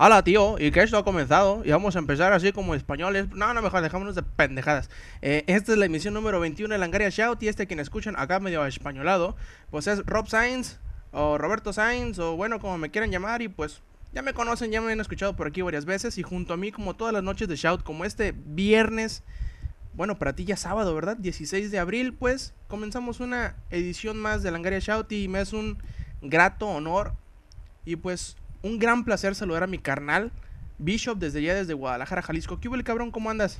Hola, tío, y que esto ha comenzado y vamos a empezar así como españoles. No, no, mejor dejámonos de pendejadas. Esta es la emisión número 21 de Langaria Shout y quien escuchan acá medio españolado, pues es Rob Sainz o Roberto Sainz o bueno, como me quieran llamar y pues ya me conocen, ya me han escuchado por aquí varias veces y junto a mí como todas las noches de Shout, como este viernes, bueno, para ti ya sábado, ¿verdad? 16 de abril, pues comenzamos una edición más de Langaria Shout y me es un grato honor y pues un gran placer saludar a mi carnal Bishop desde Guadalajara, Jalisco. ¿Qué hubo, cabrón? ¿Cómo andas?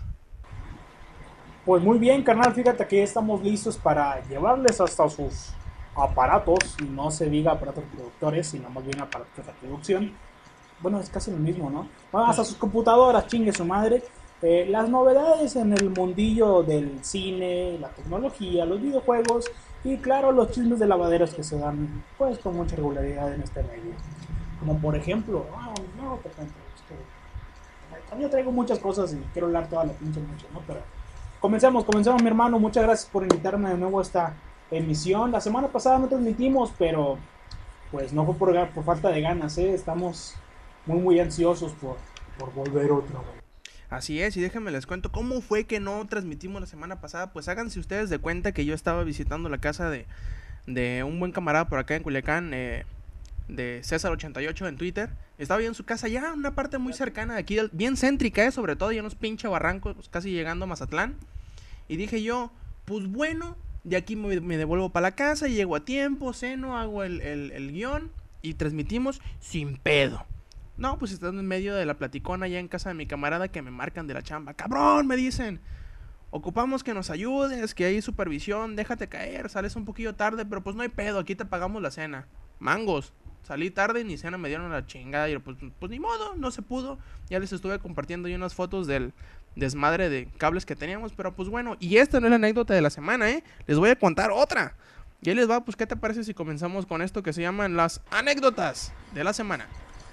Pues muy bien, carnal, fíjate que ya estamos listos para llevarles hasta sus aparatos, y no se diga aparatos reproductores, sino más bien aparatos de reproducción. Bueno, es casi lo mismo, ¿no? Bueno, hasta Pues sus computadoras, chingue su madre. Las novedades en el mundillo del cine, la tecnología, los videojuegos y claro, los chismes de lavaderos que se dan pues con mucha regularidad en este medio. Como por ejemplo, no, te cuento, es que yo traigo muchas cosas y quiero hablar toda la pinche noche, ¿no? Pero comencemos, mi hermano. Muchas gracias por invitarme de nuevo a esta emisión. La semana pasada no transmitimos, pero pues no fue por falta de ganas, ¿eh? Estamos muy ansiosos por volver otra vez. así es, y déjenme les cuento cómo fue que no transmitimos la semana pasada. Pues háganse ustedes de cuenta que yo estaba visitando la casa de un buen camarada por acá en Culiacán, de César88 en Twitter. Estaba yo en su casa ya, una parte muy cercana de aquí, bien céntrica, sobre todo, ya unos pinche barrancos, pues, casi llegando a Mazatlán. Y dije yo, pues bueno, de aquí me devuelvo para la casa, llego a tiempo, ceno, hago el guión y transmitimos sin pedo. No, pues estando en medio de la platicona ya en casa de mi camarada que me marcan de la chamba. Cabrón, me dicen, ocupamos que nos ayudes, que hay supervisión, déjate caer, sales un poquillo tarde, pero pues no hay pedo, aquí te pagamos la cena. Mangos. Salí tarde y ni cena me dieron la chingada y pues ni modo, no se pudo. Ya les estuve compartiendo yo unas fotos del desmadre de cables que teníamos, pero pues bueno, y esta no es la anécdota de la semana, ¿eh? Les voy a contar otra. Y ahí les va, pues ¿qué te parece si comenzamos con esto que se llaman las anécdotas de la semana?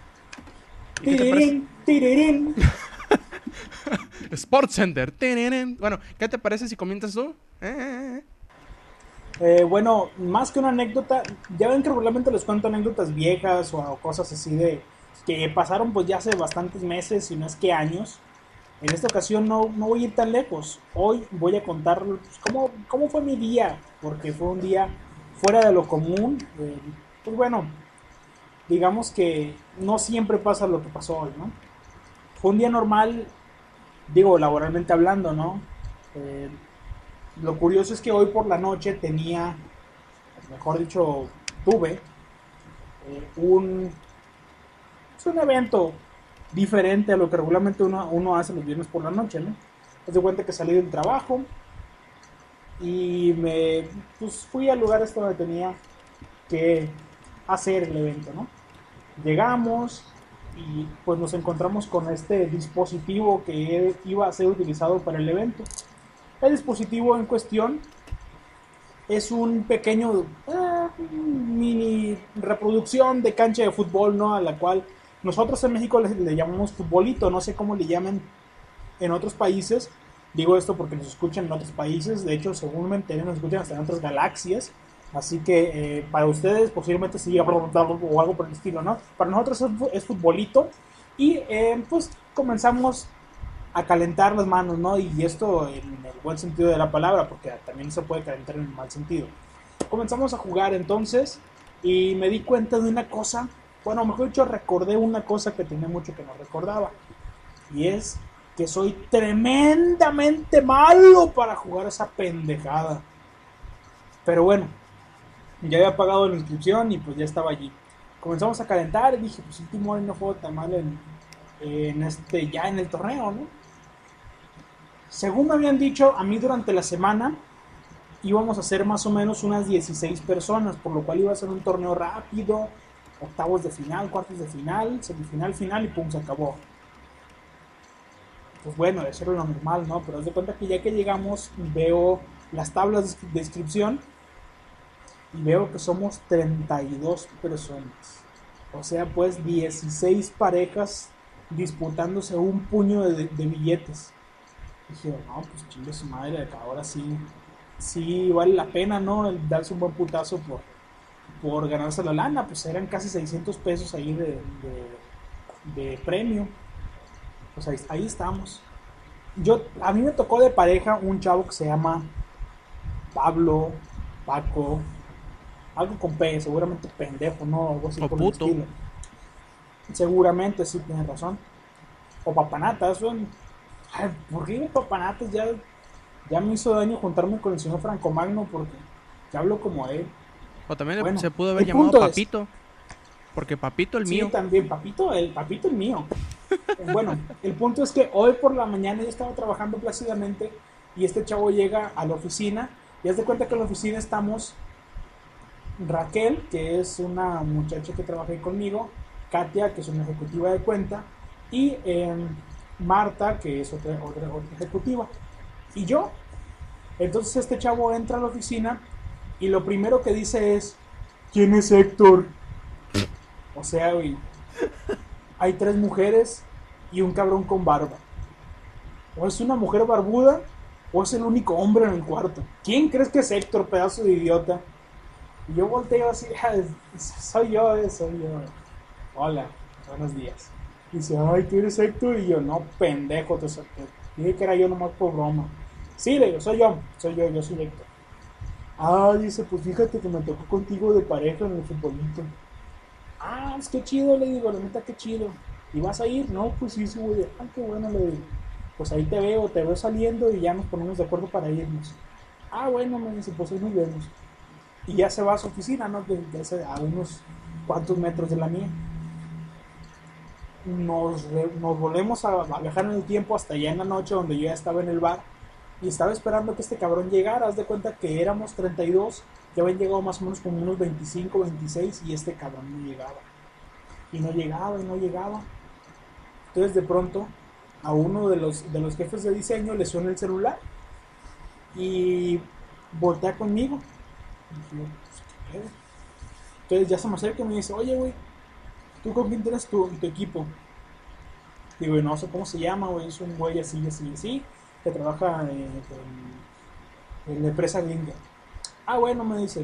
¿Y qué te parece? Tirirín, tirirín. Sports Center. Bueno, ¿qué te parece si comienzas tú? Bueno, más que una anécdota, ya ven que regularmente les cuento anécdotas viejas o cosas así de que pasaron pues ya hace bastantes meses, si no es que años. En esta ocasión no voy a ir tan lejos. Hoy voy a contar pues, cómo fue mi día, porque fue un día fuera de lo común. Pues bueno, digamos que no siempre pasa lo que pasó hoy, ¿no? Fue un día normal, digo, laboralmente hablando, ¿no? Eh, lo curioso es que hoy por la noche tenía, mejor dicho, tuve un, es un evento diferente a lo que regularmente uno hace los viernes por la noche, ¿no? Haz de cuenta que salí del trabajo y pues fui al lugar este donde tenía que hacer el evento, ¿no? Llegamos y pues nos encontramos con este dispositivo que iba a ser utilizado para el evento. El dispositivo en cuestión es un pequeño mini reproducción de cancha de fútbol, ¿no? A la cual nosotros en México le llamamos futbolito, no sé cómo le llaman en otros países. Digo esto porque nos escuchan en otros países, de hecho, según me enteré, nos escuchan hasta en otras galaxias. Así que para ustedes posiblemente se llega a preguntar o algo por el estilo, ¿no? Para nosotros es futbolito. Y pues comenzamos a calentar las manos, ¿no? Y esto en el buen sentido de la palabra, porque también se puede calentar en el mal sentido. Comenzamos a jugar entonces y me di cuenta de una cosa, bueno, mejor dicho, recordé una cosa que tenía mucho que no recordaba. Y es que soy tremendamente malo para jugar esa pendejada. Pero bueno, ya había pagado la inscripción y pues ya estaba allí. Comenzamos a calentar y dije, pues último año no juego tan mal ya en el torneo, ¿no? Según me habían dicho, a mí durante la semana íbamos a ser más o menos unas 16 personas, por lo cual iba a ser un torneo rápido, octavos de final, cuartos de final, semifinal, final y pum, se acabó. Pues bueno, eso era lo normal, ¿no? Pero haz de cuenta que ya que llegamos, veo las tablas de inscripción y veo que somos 32 personas. O sea, pues 16 parejas disputándose un puño de billetes. Dije, no, pues chingue su madre, acá ahora sí vale la pena, ¿no? El darse un buen putazo por ganarse la lana, pues eran casi 600 pesos ahí de premio. Pues ahí estamos. A mí me tocó de pareja un chavo que se llama Pablo, Paco, algo con P, seguramente pendejo, ¿no? Algo así O por el puto. estilo. Seguramente sí tienes razón. O papanatas, son. Ay, ¿por qué digo papanatas? Ya me hizo daño juntarme con el señor Franco Magno porque ya hablo como él. O también Bueno, se pudo haber el llamado punto es, Papito. Porque Papito el sí, mío. también, papito el mío. Bueno, el punto es que hoy por la mañana yo estaba trabajando plácidamente y este chavo llega a la oficina y haz de cuenta que en la oficina estamos Raquel, que es una muchacha que trabaja ahí conmigo, Katia, que es una ejecutiva de cuenta, y Marta, que es otra ejecutiva, y yo. Entonces este chavo entra a la oficina y lo primero que dice es, ¿quién es Héctor? O sea, güey, hay 3 mujeres y un cabrón con barba. O es una mujer barbuda o es el único hombre en el cuarto. ¿Quién crees que es Héctor, pedazo de idiota? Y yo volteo así, soy yo. Hola, buenos días. Y dice, ay, ¿tú eres Héctor? Y yo, no, pendejo, te dije que era yo nomás por broma. Sí, le digo, yo soy Héctor. Ah, dice, pues fíjate que me tocó contigo de pareja en el futbolito. Ah, es que chido, le digo, la neta, qué chido. ¿Y vas a ir? No, pues sí, sí, güey. Ah, qué bueno, le digo. Pues ahí te veo saliendo y ya nos ponemos de acuerdo para irnos. Ah, bueno, me dice, pues ahí nos vemos. Y ya se va a su oficina, ¿no? A unos cuantos metros de la mía. Nos volvemos a viajar en el tiempo hasta allá en la noche donde yo ya estaba en el bar y estaba esperando que este cabrón llegara. Haz de cuenta que éramos 32, ya habían llegado más o menos como unos 25, 26 y este cabrón no llegaba. Y no llegaba y no llegaba. Entonces de pronto a uno de los jefes de diseño le suena el celular y voltea conmigo. Y yo, pues, ¿qué pedo? Entonces ya se me acerca y me dice, oye, güey, ¿tú con quién tienes tu equipo? Digo, no sé cómo se llama, güey, es un güey así, así, así, que trabaja en la empresa gringa. Ah, bueno, me dice,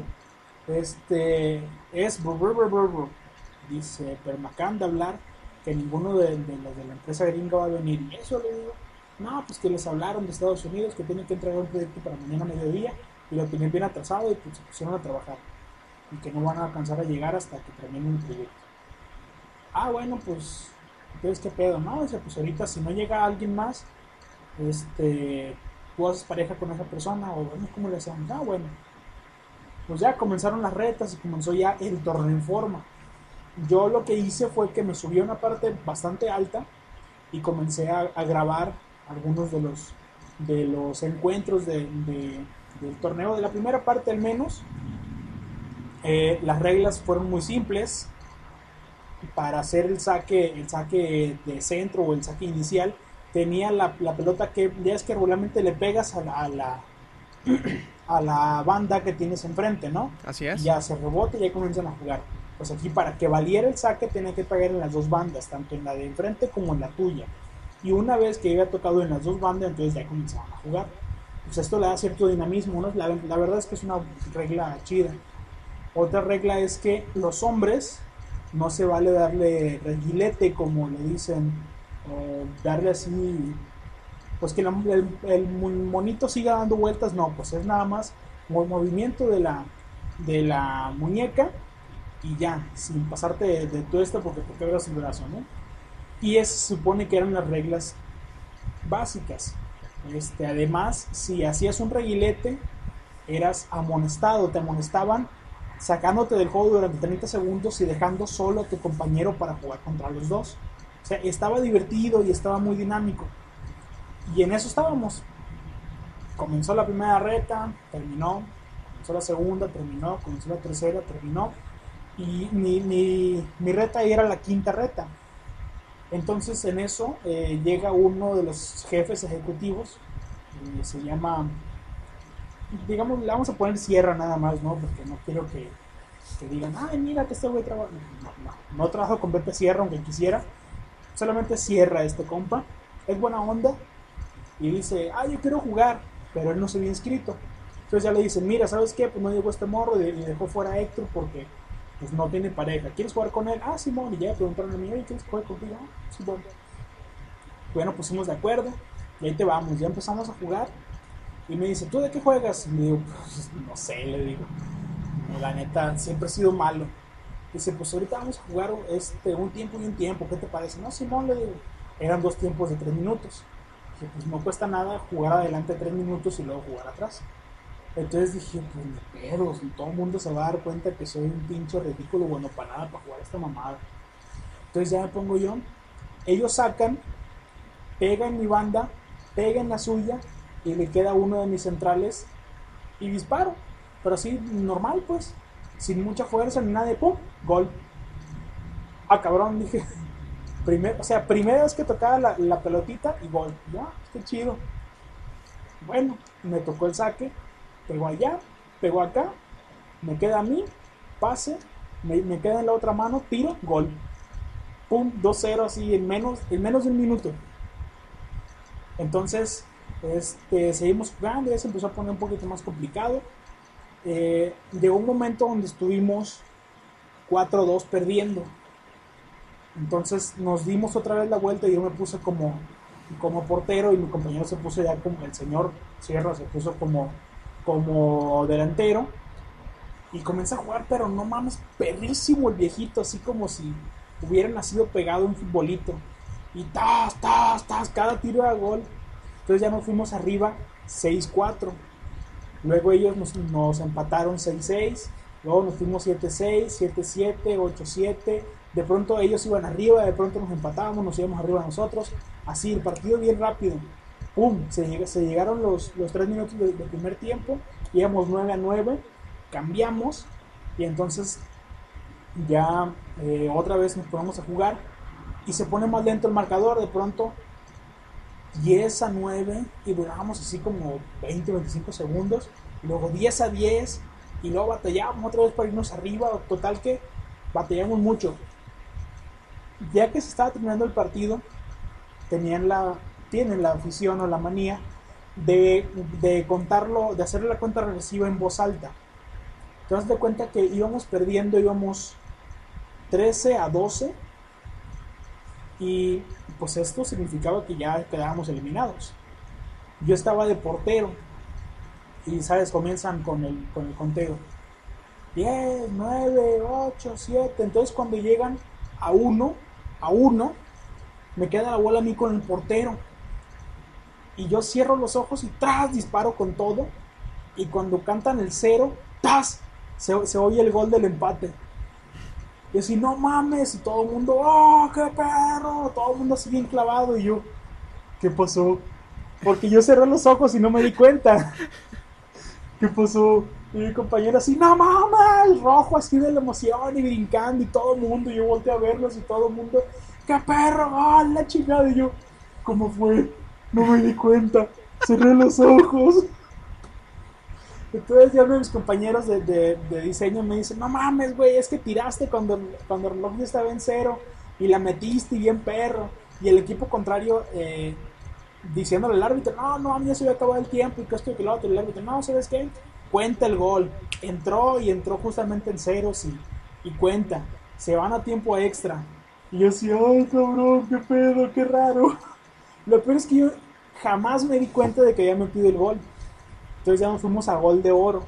es dice, pero me acaban de hablar que ninguno de los de la empresa gringa va a venir. Y eso le digo, no, pues que les hablaron de Estados Unidos que tienen que entregar un proyecto para mañana a mediodía y lo tienen bien atrasado y pues se pusieron a trabajar y que no van a alcanzar a llegar hasta que terminen el proyecto. Ah, bueno, pues, entonces, ¿qué pedo? No, dice, pues ahorita si no llega alguien más, tú haces pareja con esa persona o bueno, ¿cómo le hacemos? Ah, bueno, pues ya comenzaron las retas y comenzó ya el torneo en forma. Yo lo que hice fue que me subí a una parte bastante alta y comencé a grabar algunos de los encuentros del torneo, de la primera parte al menos. Las reglas fueron muy simples. Para hacer el saque de centro o el saque inicial, tenía la pelota que ya es que regularmente le pegas a la banda que tienes enfrente, ¿no? Así Y es. ya se rebota y ya comienzan a jugar. Pues aquí para que valiera el saque tenía que pegar en las dos bandas, tanto en la de enfrente como en la tuya. Y una vez que había tocado en las dos bandas, entonces ya comenzaban a jugar. Pues esto le da cierto dinamismo, ¿no? La verdad es que es una regla chida. Otra regla es que los hombres no se vale darle reguilete, como le dicen, o darle así, pues que el monito siga dando vueltas, no, pues es nada más movimiento de la muñeca y ya, sin pasarte de todo esto porque te quebras el brazo, ¿no? Y eso se supone que eran las reglas básicas. Además, si hacías un reguilete, eras amonestado, te amonestaban sacándote del juego durante 30 segundos y dejando solo a tu compañero para jugar contra los dos. O sea, estaba divertido y estaba muy dinámico. Y en eso estábamos. Comenzó la primera reta, terminó. Comenzó la segunda, terminó. Comenzó la tercera, terminó. Y mi reta era la quinta reta. Entonces en eso llega uno de los jefes ejecutivos. Se llama, digamos, le vamos a poner Sierra nada más, ¿no? Porque no quiero que digan, ay, mira que este güey trabaja. No trabajo con Pepe Sierra, aunque quisiera. Solamente Sierra este compa. Es buena onda. Y dice, ah, yo quiero jugar. Pero él no se había inscrito. Entonces ya le dicen, mira, ¿sabes qué? Pues no llegó este morro y dejó fuera a Héctor porque pues no tiene pareja. ¿Quieres jugar con él? Ah, Simón. Y ya preguntaron a mí, oye, ¿quieres jugar contigo? Ah, Simón. Bueno, pusimos de acuerdo. Y ahí te vamos. Ya empezamos a jugar. Y me dice, ¿tú de qué juegas? Y le digo, pues no sé, le digo. La neta, siempre he sido malo. Dice, pues ahorita vamos a jugar un tiempo y un tiempo. ¿Qué te parece? No, Simón, le digo. Eran 2 tiempos de 3 minutos. Dije, pues no cuesta nada jugar adelante 3 minutos y luego jugar atrás. Entonces dije, pues ni pedos, todo el mundo se va a dar cuenta que soy un pinche ridículo, bueno, para nada, para jugar esta mamada. Entonces ya me pongo yo, ellos sacan, pegan mi banda, pegan la suya, y le queda uno de mis centrales, y disparo, pero así, normal pues, sin mucha fuerza ni nada de pum, gol. Ah, cabrón, dije, primera vez que tocaba la pelotita y gol, ya, qué chido. Bueno, me tocó el saque, pegó allá, pegó acá, me queda a mí, pase, me queda en la otra mano, tiro, gol. Pum, 2-0 así en menos de un minuto. Entonces, seguimos jugando, ya se empezó a poner un poquito más complicado. Llegó un momento donde estuvimos 4-2 perdiendo. Entonces nos dimos otra vez la vuelta y yo me puse como portero y mi compañero se puso ya como el señor Sierra, se puso como delantero y comencé a jugar, pero no mames, perrísimo el viejito, así como si hubiera nacido pegado un futbolito y cada tiro era gol. Entonces ya nos fuimos arriba 6-4, luego ellos nos empataron 6-6, luego nos fuimos 7-6, 7-7, 8-7, de pronto ellos iban arriba, de pronto nos empatábamos, nos íbamos arriba nosotros, así el partido bien rápido. Pum, se llegaron los 3 minutos del primer tiempo, íbamos 9-9, cambiamos y entonces ya otra vez nos ponemos a jugar y se pone más lento el marcador, de pronto 10-9 y durábamos así como 20-25 segundos, y luego 10-10 y luego batallábamos otra vez para irnos arriba, total que batallamos mucho. Ya que se estaba terminando el partido, tienen la afición o la manía de contarlo, de hacerle la cuenta regresiva en voz alta. Te das de cuenta que íbamos perdiendo, íbamos 13-12 y pues esto significaba que ya quedábamos eliminados. Yo estaba de portero y sabes, comienzan con el conteo 10, 9, 8, 7. Entonces cuando llegan a uno, me queda la bola a mí con el portero y yo cierro los ojos y disparo con todo, y cuando cantan el 0, se oye el gol del empate. Y así, no mames, y todo el mundo, ¡oh, qué perro! Todo el mundo así bien clavado, y yo, ¿qué pasó? Porque yo cerré los ojos y no me di cuenta. ¿Qué pasó? Y mi compañero así, no mames, rojo así de la emoción y brincando, y todo el mundo, y yo volteé a verlos y todo el mundo, ¡qué perro! ¡Oh, la chingada! Y yo, ¿cómo fue? No me di cuenta, cerré los ojos. Entonces ya mis compañeros de diseño me dicen, no mames, güey, es que tiraste cuando el reloj ya estaba en 0 y la metiste bien perro. Y el equipo contrario diciéndole al árbitro, no, a mí ya se había acabado el tiempo y que esto y que lo otro. Y el árbitro, no, ¿sabes qué? Cuenta el gol. Entró justamente en ceros y cuenta. Se van a tiempo extra. Y yo así, ay, cabrón, qué pedo, qué raro. Lo peor es que yo jamás me di cuenta de que había metido el gol. Entonces ya nos fuimos a gol de oro.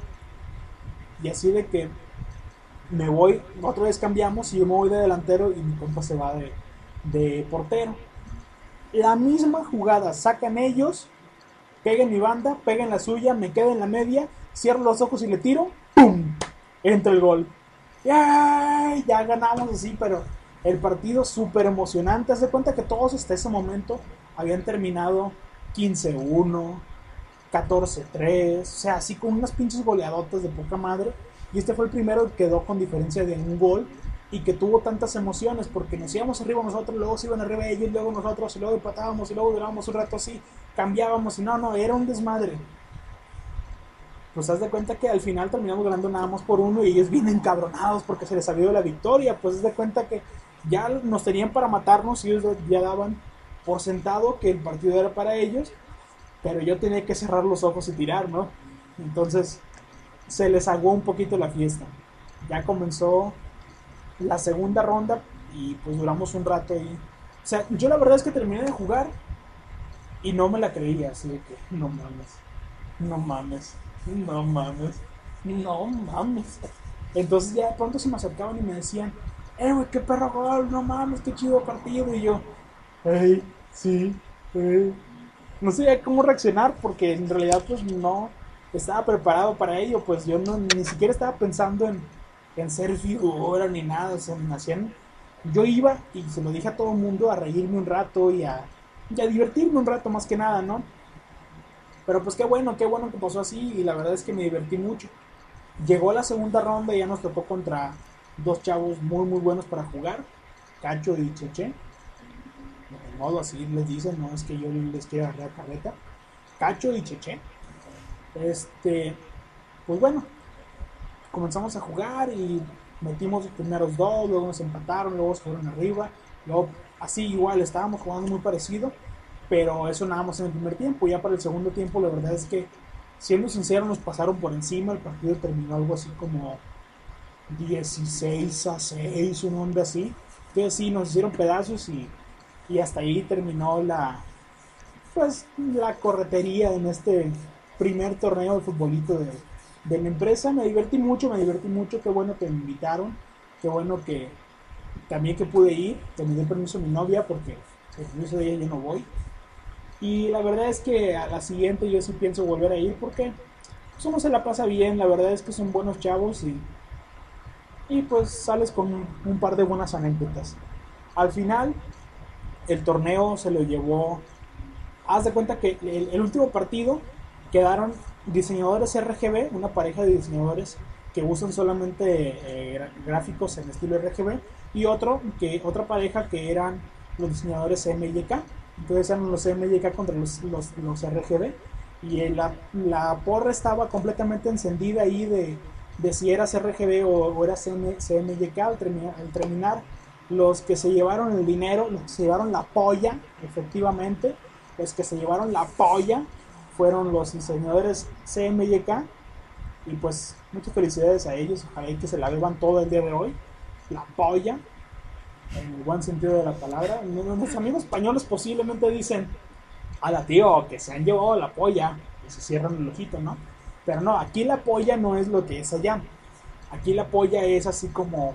Y así de que me voy, otra vez cambiamos y yo me voy de delantero y mi compa se va de portero. La misma jugada, sacan ellos, pegan mi banda, pegan la suya, me quedo en la media, cierro los ojos y le tiro, ¡pum! Entra el gol. ¡Yay! Ya ganamos así, pero el partido súper emocionante. Haz de cuenta que todos hasta ese momento habían terminado 15-1, 14-3, o sea, así con unas pinches goleadotas de poca madre. Y este fue el primero que quedó con diferencia de un gol y que tuvo tantas emociones, porque nos íbamos arriba nosotros, luego se iban arriba ellos, luego nosotros, y luego empatábamos, y luego durábamos un rato así, cambiábamos, y no, era un desmadre. Pues haz de cuenta que al final terminamos ganando nada más por 1 y ellos vienen encabronados porque se les había ido la victoria. Pues haz de cuenta que ya nos tenían para matarnos y ellos ya daban por sentado que el partido era para ellos, pero yo tenía que cerrar los ojos y tirar, ¿no? Entonces se les aguó un poquito la fiesta. Ya comenzó la segunda ronda y pues duramos un rato ahí. O sea, yo la verdad es que terminé de jugar y no me la creía, así de que no mames, no mames, no mames, no mames. Entonces ya de pronto se me acercaban y me decían, güey, qué perro gol, no mames, qué chido partido. Y yo, hey, sí, hey. No sabía cómo reaccionar porque en realidad pues no estaba preparado para ello, pues yo no, ni siquiera estaba pensando en ser figura ni nada, o sea, me hacían, yo iba y se lo dije a todo el mundo a reírme un rato y a divertirme un rato más que nada, ¿no? Pero pues qué bueno que pasó así y la verdad es que me divertí mucho. Llegó la segunda ronda y ya nos tocó contra dos chavos muy muy buenos para jugar, Cacho y Cheche. De modo así les dicen, no es que yo les quiera agarrar carreta. Cacho y Cheche. Este, pues bueno, comenzamos a jugar y metimos los primeros dos, luego nos empataron, luego se fueron arriba, luego así igual estábamos jugando muy parecido, pero eso nada más en el primer tiempo. Ya para el segundo tiempo la verdad es que, siendo sincero, nos pasaron por encima, el partido terminó algo así como 16-6, un hombre así. Entonces sí, nos hicieron pedazos y hasta ahí terminó la corretería en este primer torneo de futbolito de la empresa. Me divertí mucho, qué bueno que me invitaron, qué bueno que también que pude ir, que me dio permiso mi novia porque el permiso de ella yo no voy. Y la verdad es que a la siguiente yo sí pienso volver a ir porque pues uno se la pasa bien, la verdad es que son buenos chavos y pues sales con un par de buenas anécdotas. Al final el torneo se lo llevó. Haz de cuenta que el último partido quedaron diseñadores RGB, una pareja de diseñadores que usan solamente gráficos en estilo RGB, y otra pareja que eran los diseñadores MYK. Entonces eran los MYK contra los RGB. Y la porra estaba completamente encendida ahí de si eras RGB o eras CMYK. Al terminar, los que se llevaron el dinero, los que se llevaron la polla, efectivamente, los que se llevaron la polla fueron los diseñadores CMYK. Y pues muchas felicidades a ellos. Ojalá que se la beban todo el día de hoy. La polla, en el buen sentido de la palabra. Nuestros amigos españoles posiblemente dicen, a la tío, que se han llevado la polla. Y se cierran el ojito, ¿no? Pero no, aquí la polla no es lo que es allá. Aquí la polla es así como,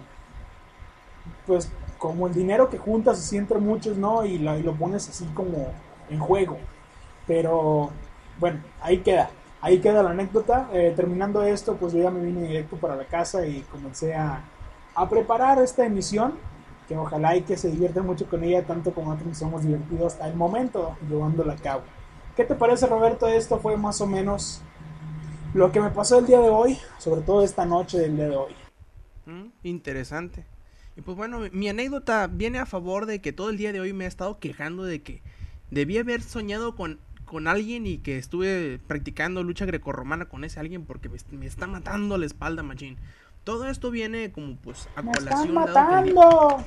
pues, como el dinero que juntas así entre muchos, ¿no? Y lo pones así como en juego. Pero bueno, ahí queda la anécdota. Terminando esto, pues yo ya me vine directo para la casa y comencé a preparar esta emisión, que ojalá y que se diviertan mucho con ella, tanto como nosotros nos hemos divertido hasta el momento llevándola a cabo. ¿Qué te parece, Roberto? Esto fue más o menos lo que me pasó el día de hoy, sobre todo esta noche del día de hoy. Interesante. Y pues bueno, mi anécdota viene a favor de que todo el día de hoy me he estado quejando de que debí haber soñado con alguien y que estuve practicando lucha grecorromana con ese alguien porque me está matando la espalda, machín. Todo esto viene como pues a ¡Me están colación dado que matando!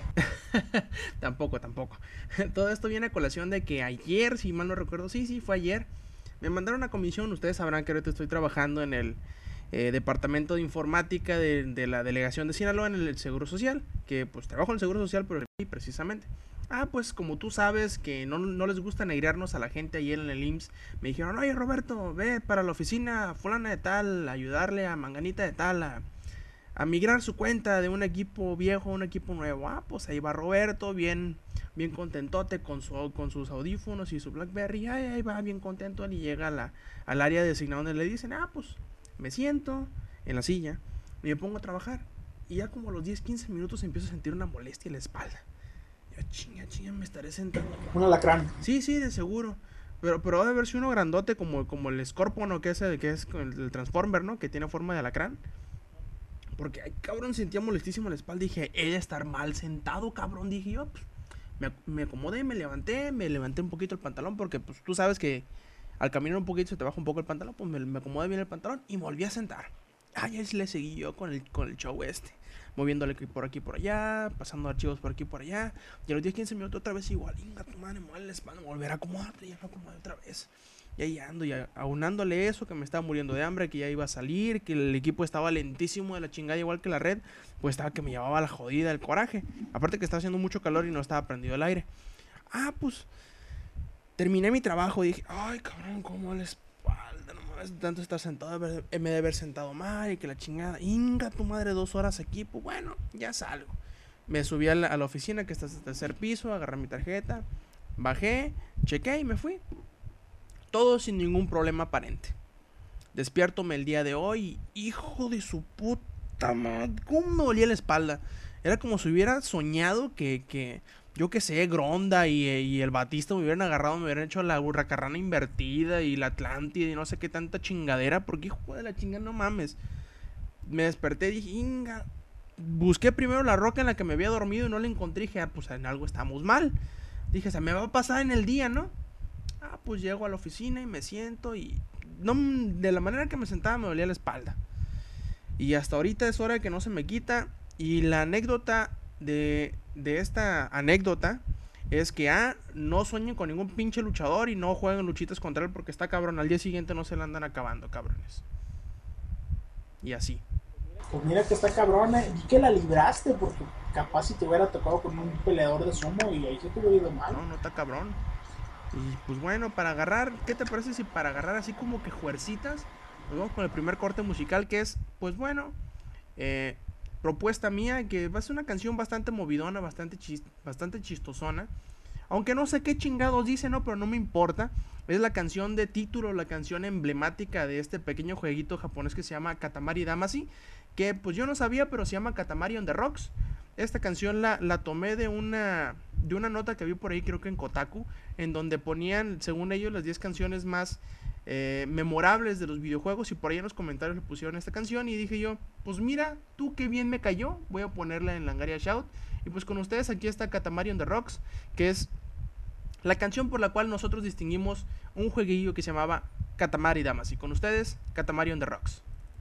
tampoco. Todo esto viene a colación de que ayer, si mal no recuerdo, sí, fue ayer, me mandaron a comisión. Ustedes sabrán que ahorita estoy trabajando en el departamento de informática de la delegación de Sinaloa en el Seguro Social, que pues trabajo en el Seguro Social, pero precisamente. Pues como tú sabes que no les gusta negrearnos a la gente ayer en el IMSS, me dijeron, oye Roberto, ve para la oficina fulana de tal, ayudarle a Manganita de tal a migrar su cuenta de un equipo viejo a un equipo nuevo. Pues ahí va Roberto, bien contentote con sus audífonos y su Blackberry. Ahí va bien contento y llega al área designada donde le dicen, pues me siento en la silla y me pongo a trabajar. Y ya como a los 10-15 minutos empiezo a sentir una molestia en la espalda. Yo, chinga, me estaré sentando. Un alacrán. Sí, de seguro. Pero debe haber sido uno grandote como el Scorpion, ¿no? Que es el Transformer, ¿no? Que tiene forma de alacrán. Porque, ay, cabrón, sentía molestísimo la espalda. Dije, he de estar mal sentado, cabrón. Dije yo, pues, me acomodé, me levanté un poquito el pantalón. Porque, pues, tú sabes que al caminar un poquito se te baja un poco el pantalón. Pues me acomodé bien el pantalón y me volví a sentar. Ahí le seguí yo con el show moviéndole por aquí por allá, pasando archivos por aquí por allá. Y a los 10-15 minutos otra vez igual, inga tu madre, me mueve la espalda, volver a acomodarte, ya me acomodé otra vez. Y ahí ando, y aunándole eso, que me estaba muriendo de hambre, que ya iba a salir, que el equipo estaba lentísimo de la chingada, igual que la red, pues estaba que me llevaba la jodida, el coraje. Aparte que estaba haciendo mucho calor y no estaba prendido el aire. Pues terminé mi trabajo y dije, ay cabrón, cómo la espalda, no mames, tanto estar sentado, me debe haber sentado mal y que la chingada, inga tu madre, 2 horas aquí, pues bueno, ya salgo. Me subí a la oficina que está en el tercer piso, agarré mi tarjeta, bajé, chequé y me fui. Todo sin ningún problema aparente. Despiértome el día de hoy, hijo de su puta madre, cómo me dolía la espalda. Era como si hubiera soñado que yo que sé, Gronda y el Batista me hubieran agarrado, me hubieran hecho la Hurracarrana invertida y la Atlántida y no sé qué tanta chingadera, porque hijo de la chingada, no mames. Me desperté y dije, inga. Busqué primero la roca en la que me había dormido y no la encontré. Dije, pues en algo estamos mal. Dije, se me va a pasar en el día, ¿no? Pues llego a la oficina y me siento y no, de la manera que me sentaba me dolía la espalda. Y hasta ahorita es hora de que no se me quita. Y la anécdota de esta anécdota es que no sueñen con ningún pinche luchador y no jueguen luchitas contra él porque está cabrón. Al día siguiente no se la andan acabando, cabrones. Y así. Pues mira que está cabrón, y que la libraste porque capaz si te hubiera tocado con un peleador de sumo y ahí se te hubiera ido mal. No está cabrón. Y pues bueno, para agarrar, ¿qué te parece si para agarrar así como que juercitas nos vamos con el primer corte musical, que es, pues bueno, propuesta mía, que va a ser una canción bastante movidona, bastante chistosona, aunque no sé qué chingados dice, ¿no? Pero no me importa. Es la canción de título, la canción emblemática de este pequeño jueguito japonés que se llama Katamari Damacy, que pues yo no sabía, pero se llama Katamari on the Rocks. Esta canción la tomé de una nota que vi por ahí, creo que en Kotaku, en donde ponían, según ellos, las 10 canciones más memorables de los videojuegos, y por ahí en los comentarios le pusieron esta canción, y dije yo, pues mira, tú qué bien me cayó, voy a ponerla en Langaria Shout. Y pues con ustedes aquí está Katamari on the Rocks, que es la canción por la cual nosotros distinguimos un jueguillo que se llamaba Katamari Damacy. Con ustedes, Katamari on the Rocks.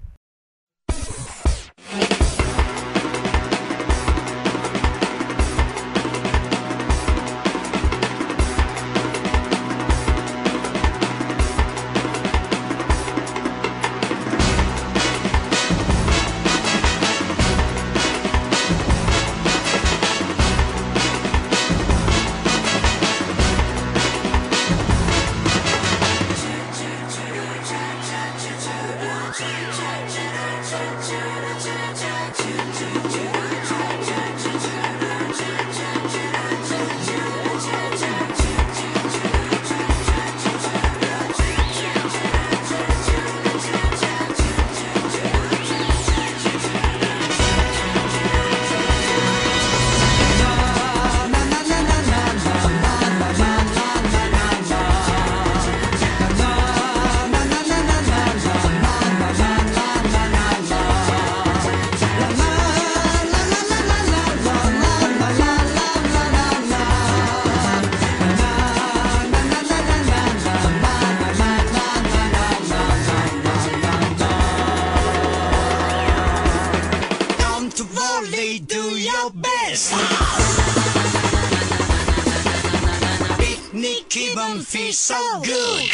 So good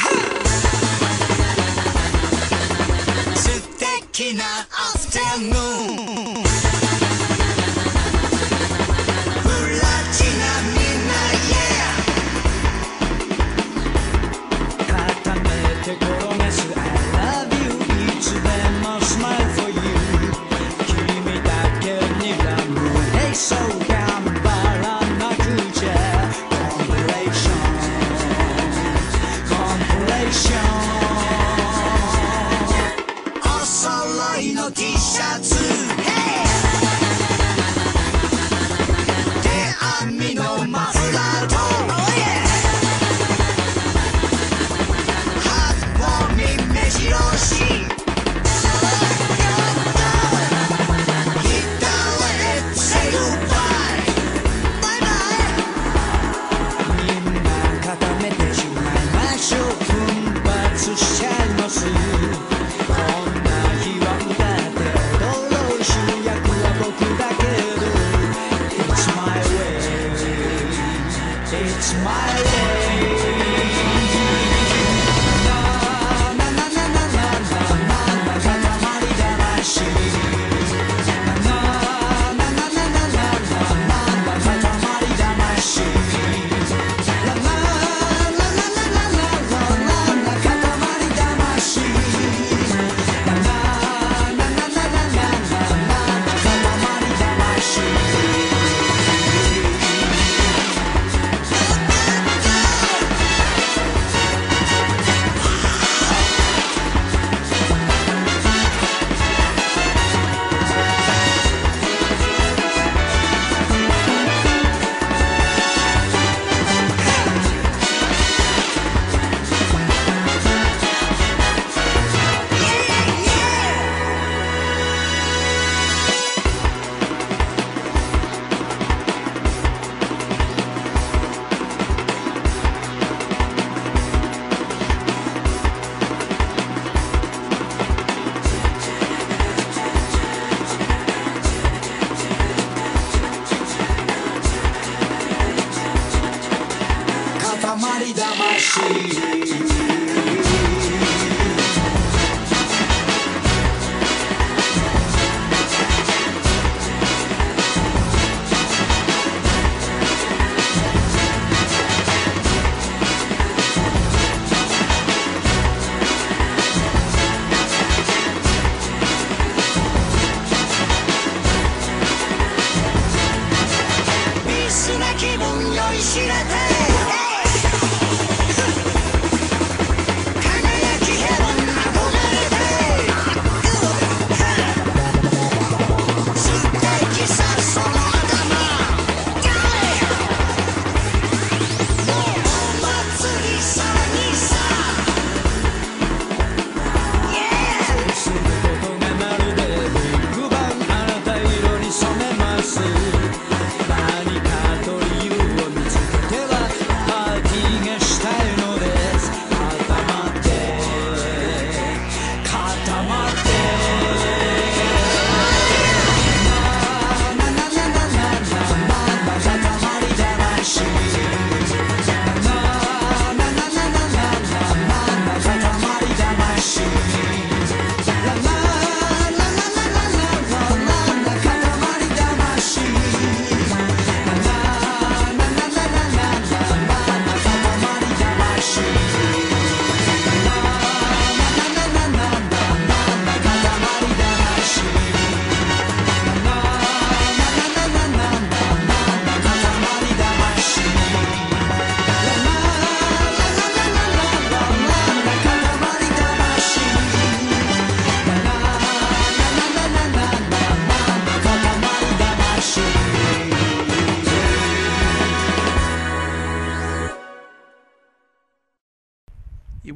素敵なアフタヌーンプラチナみんな yeah 固めて転がす I love you いつでも smile for you 君だけにラム Hey so 頑張らなくちゃお揃いの T シャツ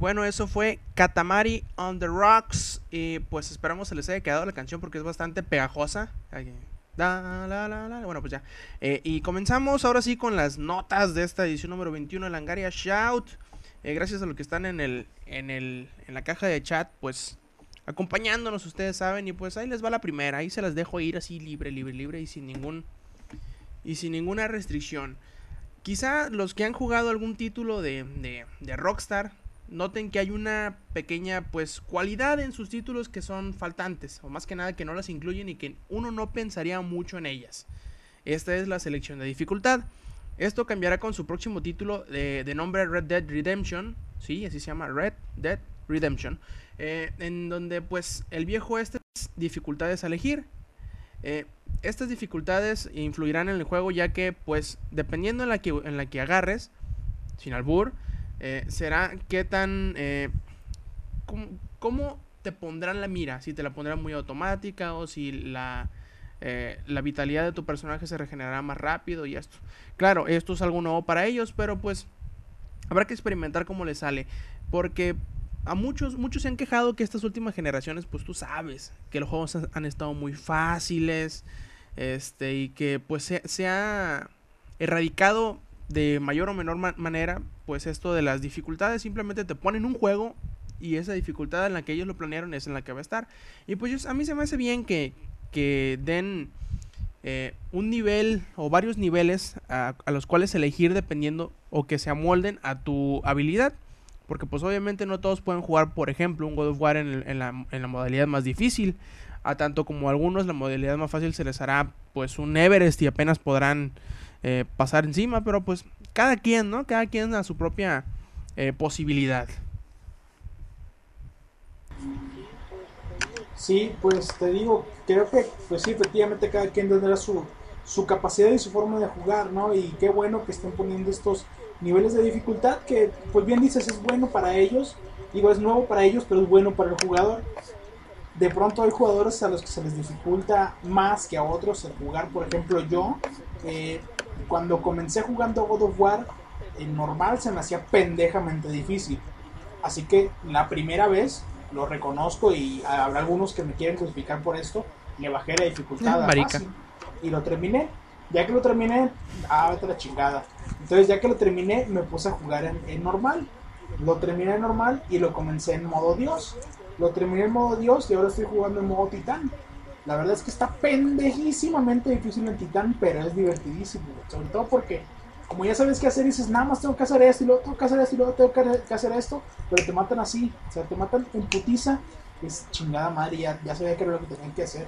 bueno, eso fue Katamari on the Rocks. Y pues esperamos se les haya quedado la canción porque es bastante pegajosa. Bueno, pues ya. Y comenzamos ahora sí con las notas de esta edición número 21 de Langaria Shout. Gracias a los que están en la caja de chat, pues acompañándonos, ustedes saben. Y pues ahí les va la primera. Ahí se las dejo ir así libre y sin ninguna restricción. Quizá los que han jugado algún título de Rockstar noten que hay una pequeña pues cualidad en sus títulos que son faltantes, o más que nada que no las incluyen y que uno no pensaría mucho en ellas. Esta es la selección de dificultad. Esto cambiará con su próximo título de nombre Red Dead Redemption. Sí, así se llama, Red Dead Redemption. En donde pues el viejo es dificultades a elegir. Estas dificultades influirán en el juego, ya que pues dependiendo en la que agarres, sin albur, será qué tan cómo te pondrán la mira, si te la pondrán muy automática o si la vitalidad de tu personaje se regenerará más rápido y esto. Claro, esto es algo nuevo para ellos, pero pues habrá que experimentar cómo les sale, porque a muchos se han quejado que estas últimas generaciones, pues tú sabes, que los juegos han estado muy fáciles, y que pues se ha erradicado de mayor o menor manera pues esto de las dificultades. Simplemente te ponen un juego y esa dificultad en la que ellos lo planearon es en la que va a estar. Y pues a mí se me hace bien que den un nivel o varios niveles a los cuales elegir dependiendo, o que se amolden a tu habilidad. Porque pues obviamente no todos pueden jugar, por ejemplo, un God of War en la modalidad más difícil. A tanto como a algunos la modalidad más fácil se les hará pues un Everest y apenas podrán pasar encima. Pero pues cada quien, ¿no? Cada quien a su propia posibilidad. Sí, pues te digo, creo que pues sí, efectivamente cada quien tendrá su capacidad y su forma de jugar, ¿no? Y qué bueno que estén poniendo estos niveles de dificultad que, pues bien dices, es bueno para ellos. Digo, es nuevo para ellos, pero es bueno para el jugador. De pronto hay jugadores a los que se les dificulta más que a otros el jugar. Por ejemplo, yo, cuando comencé jugando God of War, en normal se me hacía pendejamente difícil. Así que la primera vez, lo reconozco y habrá algunos que me quieren crucificar por esto, le bajé la dificultad a fácil y lo terminé. Ya que lo terminé, vete a la chingada. Entonces ya que lo terminé, me puse a jugar en normal. Lo terminé en normal y lo comencé en modo Dios. Lo terminé en modo Dios y ahora estoy jugando en modo Titán. La verdad es que está pendejísimamente difícil en Titán, pero es divertidísimo. Sobre todo porque, como ya sabes qué hacer, dices, nada más tengo que hacer esto y luego tengo que hacer esto y luego tengo que hacer esto, pero te matan así. O sea, te matan en putiza. Es chingada madre, ya sabía que era lo que tenían que hacer.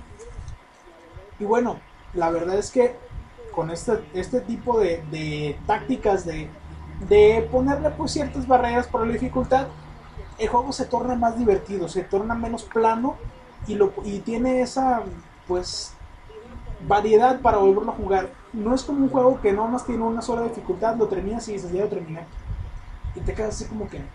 Y bueno, la verdad es que con este tipo de tácticas de ponerle pues ciertas barreras para la dificultad, el juego se torna más divertido, se torna menos plano y tiene esa pues variedad para volverlo a jugar. No es como un juego que no más tiene una sola dificultad, lo terminas y dices, ya lo terminé, y te quedas así como que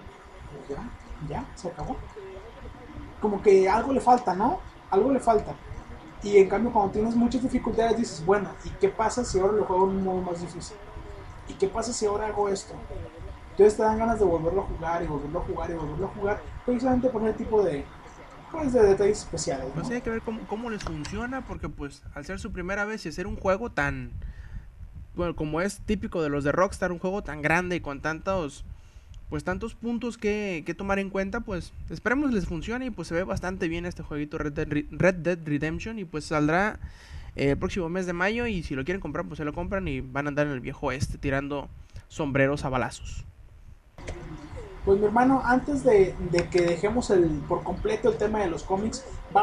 ya, se acabó. Como que algo le falta, ¿no? Algo le falta. Y en cambio cuando tienes muchas dificultades dices, bueno, ¿y qué pasa si ahora lo juego en un modo más difícil? ¿Y qué pasa si ahora hago esto? Entonces te dan ganas de volverlo a jugar y volverlo a jugar y volverlo a jugar, precisamente por ese tipo de detalles especiales, ¿no? Pues hay que ver cómo les funciona, porque pues al ser su primera vez y hacer un juego tan, bueno, como es típico de los de Rockstar, un juego tan grande y con tantos puntos que tomar en cuenta, pues esperemos les funcione. Y pues se ve bastante bien este jueguito Red Dead Redemption, y pues saldrá el próximo mes de mayo, y si lo quieren comprar pues se lo compran y van a andar en el viejo tirando sombreros a balazos. Pues mi hermano, antes de que dejemos por completo el tema de los cómics,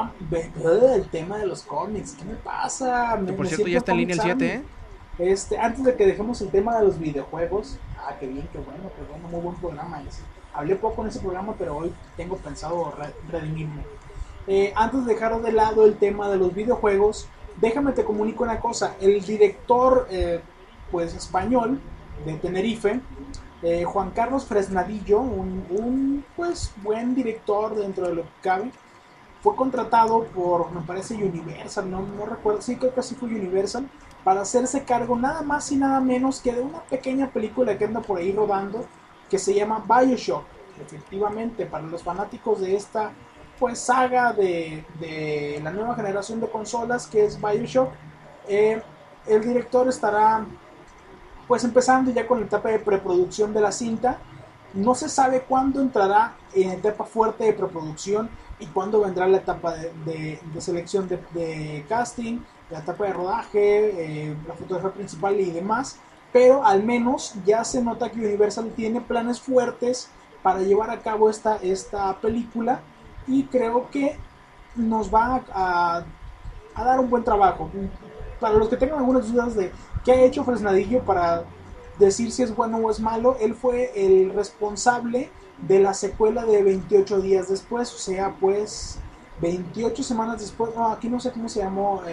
el tema de los cómics, ¿qué me pasa? Que por cierto ya está en línea el 7, Antes de que dejemos el tema de los videojuegos, qué bien, qué bueno, muy buen programa ese. Hablé poco en ese programa, pero hoy tengo pensado redimirme. Antes de dejar de lado el tema de los videojuegos, déjame te comunico una cosa. El director pues español de Tenerife, Juan Carlos Fresnadillo, un pues buen director dentro de lo que cabe, fue contratado por, me parece, Universal, no recuerdo, sí, creo que sí fue Universal, para hacerse cargo nada más y nada menos que de una pequeña película que anda por ahí rodando, que se llama BioShock. efectivamente, para los fanáticos de esta pues saga de la nueva generación de consolas que es BioShock, el director estará pues empezando ya con la etapa de preproducción de la cinta. No se sabe cuándo entrará en etapa fuerte de preproducción y cuándo vendrá la etapa de selección de casting, la etapa de rodaje, la fotografía principal y demás. Pero al menos ya se nota que Universal tiene planes fuertes para llevar a cabo esta película, y creo que nos va a dar un buen trabajo. Para los que tengan algunas dudas de qué ha hecho Fresnadillo para decir si es bueno o es malo, él fue el responsable de la secuela de 28 días después, o sea, pues 28 semanas después, no, aquí no sé cómo se llamó,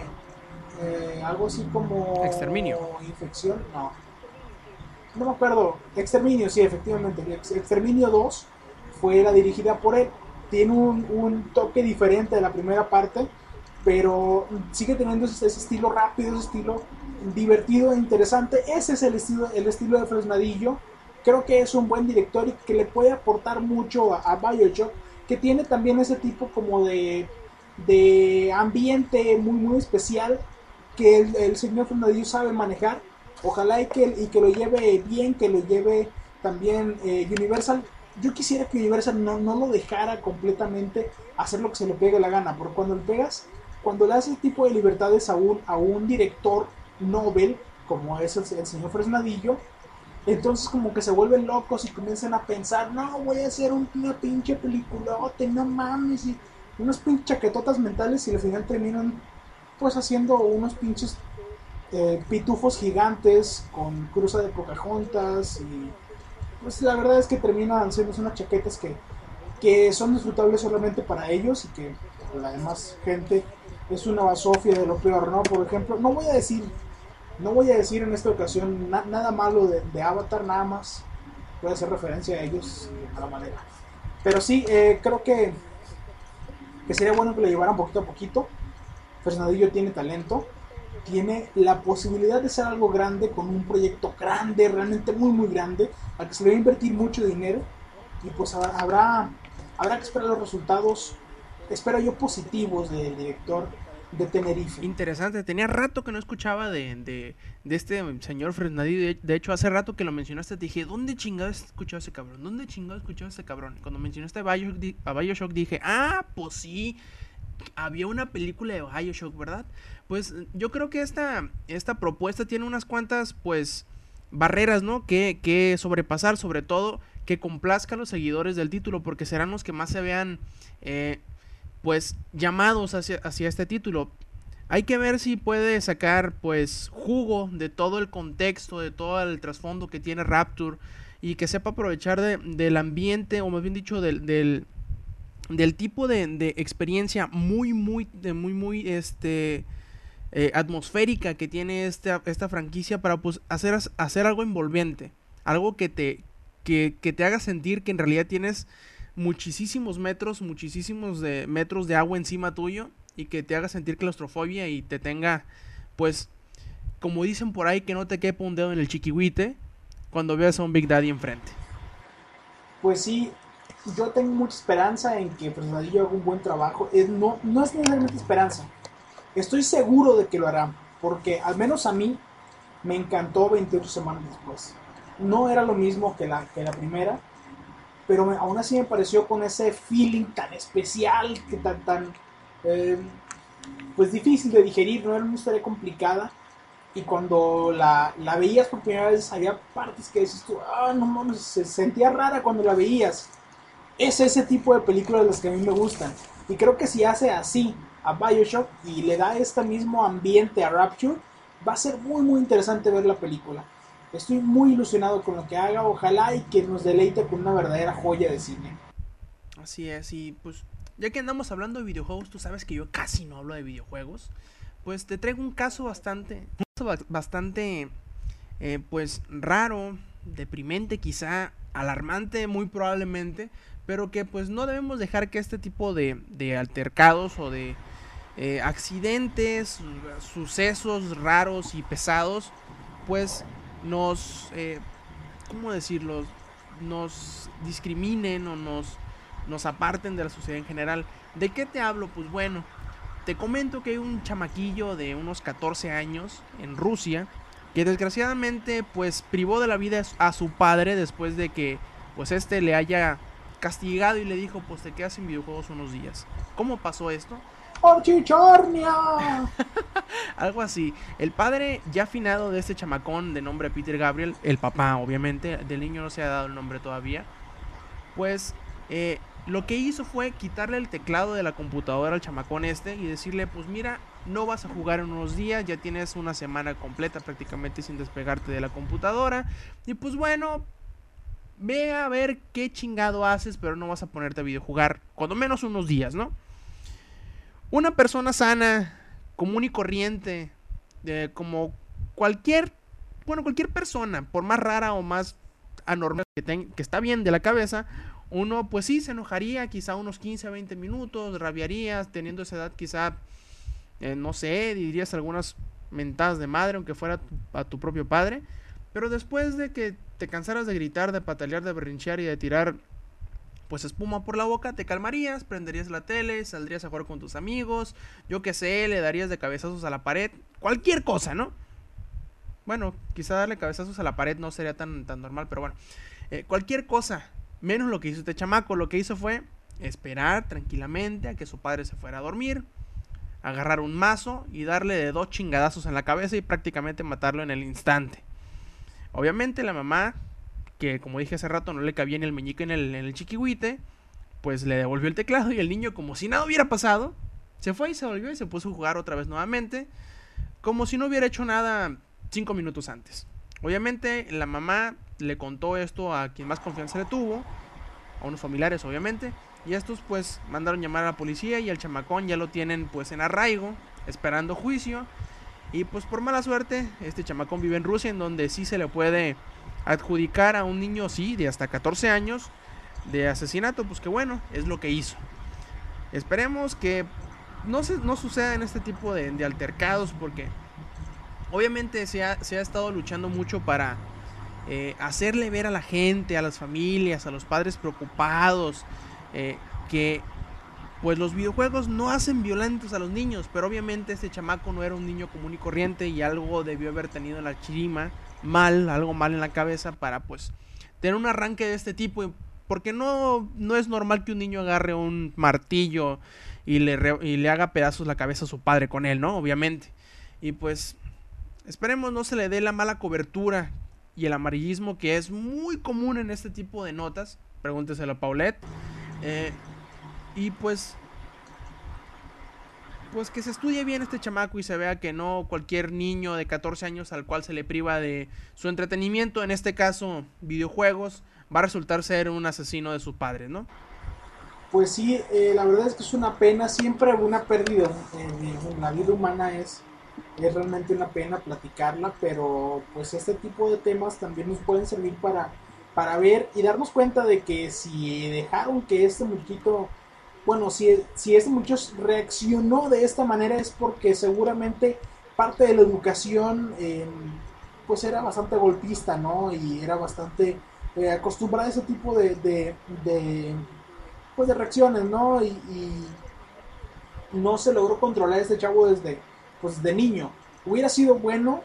algo así como... Exterminio. Infección, no me acuerdo, Exterminio, sí, efectivamente, Exterminio 2 fue la dirigida por él, tiene un toque diferente de la primera parte, pero sigue teniendo ese estilo rápido, ese estilo divertido e interesante. Ese es el estilo de Fresnadillo. Creo que es un buen director y que le puede aportar mucho a BioShock, que tiene también ese tipo como de ambiente muy muy especial que el señor Fresnadillo sabe manejar. Ojalá y que lo lleve bien, que lo lleve también Universal. Yo quisiera que Universal no lo dejara completamente hacer lo que se le pegue la gana, porque cuando le haces ese tipo de libertades a un director Nobel, como es el señor Fresnadillo, entonces como que se vuelven locos y comienzan a pensar, no, voy a hacer una pinche peliculote, no mames, y unas pinches chaquetotas mentales, y al final terminan pues haciendo unos pinches pitufos gigantes con cruza de Pocahontas, y pues la verdad es que terminan siendo unas chaquetas que son disfrutables solamente para ellos, y que la demás gente es una basofia de lo peor, ¿no? Por ejemplo, no voy a decir en esta ocasión nada malo de Avatar, nada más voy a hacer referencia a ellos de mala manera. Pero sí, creo que sería bueno que lo llevaran poquito a poquito. Fresnadillo tiene talento, tiene la posibilidad de hacer algo grande con un proyecto grande, realmente muy muy grande, al que se le va a invertir mucho dinero, y pues habrá que esperar los resultados, espero yo, positivos del director de Tenerife. Interesante, tenía rato que no escuchaba de este señor Fresnadillo. De hecho, hace rato que lo mencionaste, te dije, ¿dónde chingados he escuchado a ese cabrón? ¿Dónde chingados he escuchado a ese cabrón? Y cuando mencionaste a BioShock dije, pues sí, había una película de BioShock, ¿verdad? Pues yo creo que esta propuesta tiene unas cuantas, pues, barreras, ¿no? Que sobrepasar, sobre todo que complazca a los seguidores del título, porque serán los que más se vean pues llamados hacia este título. Hay que ver si puede sacar pues jugo de todo el contexto, de todo el trasfondo que tiene Rapture, y que sepa aprovechar del ambiente, o más bien dicho del tipo de experiencia muy atmosférica que tiene esta franquicia, para pues hacer algo envolvente, algo que te haga sentir que en realidad tienes muchísimos metros de agua encima tuyo, y que te haga sentir claustrofobia y te tenga, pues, como dicen por ahí, que no te quepa un dedo en el chiquihuite cuando veas a un Big Daddy enfrente. Pues sí, yo tengo mucha esperanza en que Fresnadillo haga un buen trabajo. No es necesariamente esperanza, estoy seguro de que lo hará, porque al menos a mí me encantó 28 semanas después. No era lo mismo que la primera, pero aún así me pareció con ese feeling tan especial, que tan pues difícil de digerir, no era una historia complicada, y cuando la veías por primera vez había partes que decías tú, no mames, se sentía rara cuando la veías. Es ese tipo de películas las que a mí me gustan, y creo que si hace así a BioShock y le da este mismo ambiente a Rapture, va a ser muy muy interesante ver la película. Estoy muy ilusionado con lo que haga, ojalá y que nos deleite con una verdadera joya de cine. Así es, y pues ya que andamos hablando de videojuegos, tú sabes que yo casi no hablo de videojuegos, pues te traigo un caso bastante pues raro, deprimente quizá, alarmante muy probablemente, pero que pues no debemos dejar que este tipo de altercados o de accidentes, sucesos raros y pesados, pues nos, ¿cómo decirlo? nos discriminen o nos aparten de la sociedad en general. ¿De qué te hablo? Pues bueno, te comento que hay un chamaquillo de unos 14 años en Rusia que desgraciadamente pues privó de la vida a su padre después de que pues este le haya castigado y le dijo pues te quedas sin videojuegos unos días. ¿Cómo pasó esto? ¡Oh, chichornia! Algo así. El padre ya finado de este chamacón de nombre Peter Gabriel, el papá obviamente, del niño no se ha dado el nombre todavía, pues lo que hizo fue quitarle el teclado de la computadora al chamacón este y decirle pues mira, no vas a jugar en unos días, ya tienes una semana completa prácticamente sin despegarte de la computadora y pues bueno, ve a ver qué chingado haces, pero no vas a ponerte a videojugar cuando menos unos días, ¿no? Una persona sana, común y corriente, como cualquier persona, por más rara o más anormal que está bien de la cabeza, uno pues sí se enojaría quizá unos 15 a 20 minutos, rabiarías, teniendo esa edad quizá, no sé, dirías algunas mentadas de madre, aunque fuera a tu propio padre, pero después de que te cansaras de gritar, de patalear, de berrinchear y de tirar pues espuma por la boca, te calmarías, prenderías la tele, saldrías a jugar con tus amigos, yo qué sé, le darías de cabezazos a la pared, cualquier cosa, ¿no? Bueno, quizá darle cabezazos a la pared no sería tan normal, pero bueno, cualquier cosa, menos lo que hizo este chamaco. Lo que hizo fue esperar tranquilamente a que su padre se fuera a dormir, agarrar un mazo y darle de 2 chingadazos en la cabeza y prácticamente matarlo en el instante. Obviamente la mamá, que como dije hace rato no le cabía ni el meñique en el chiquihuite, pues le devolvió el teclado y el niño, como si nada hubiera pasado, se fue y se volvió y se puso a jugar otra vez nuevamente, como si no hubiera hecho nada 5 minutos antes. Obviamente la mamá le contó esto a quien más confianza le tuvo, a unos familiares obviamente, y estos pues mandaron llamar a la policía y al chamacón ya lo tienen pues en arraigo, esperando juicio. Y pues por mala suerte este chamacón vive en Rusia, en donde sí se le puede adjudicar a un niño, sí, de hasta 14 años de asesinato, pues que bueno, es lo que hizo. Esperemos que no suceda en este tipo de altercados, porque obviamente se ha estado luchando mucho para hacerle ver a la gente, a las familias, a los padres preocupados, que pues los videojuegos no hacen violentos a los niños, pero obviamente este chamaco no era un niño común y corriente y algo debió haber tenido en la chirima, algo mal en la cabeza para pues tener un arranque de este tipo, porque no es normal que un niño agarre un martillo y le haga pedazos la cabeza a su padre con él, ¿no? Obviamente. Y pues esperemos no se le dé la mala cobertura y el amarillismo que es muy común en este tipo de notas. Pregúnteselo a Paulette. Y pues que se estudie bien este chamaco y se vea que no cualquier niño de 14 años al cual se le priva de su entretenimiento, en este caso videojuegos, va a resultar ser un asesino de su padre, ¿no? Pues sí, la verdad es que es una pena, siempre una pérdida en la vida humana es realmente una pena platicarla, pero pues este tipo de temas también nos pueden servir para ver y darnos cuenta de que si dejaron que este muchito, bueno, si este muchacho reaccionó de esta manera es porque seguramente parte de la educación pues era bastante golpista, ¿no? Y era bastante acostumbrada a ese tipo de reacciones, ¿no? Y no se logró controlar a este chavo desde niño. Hubiera sido bueno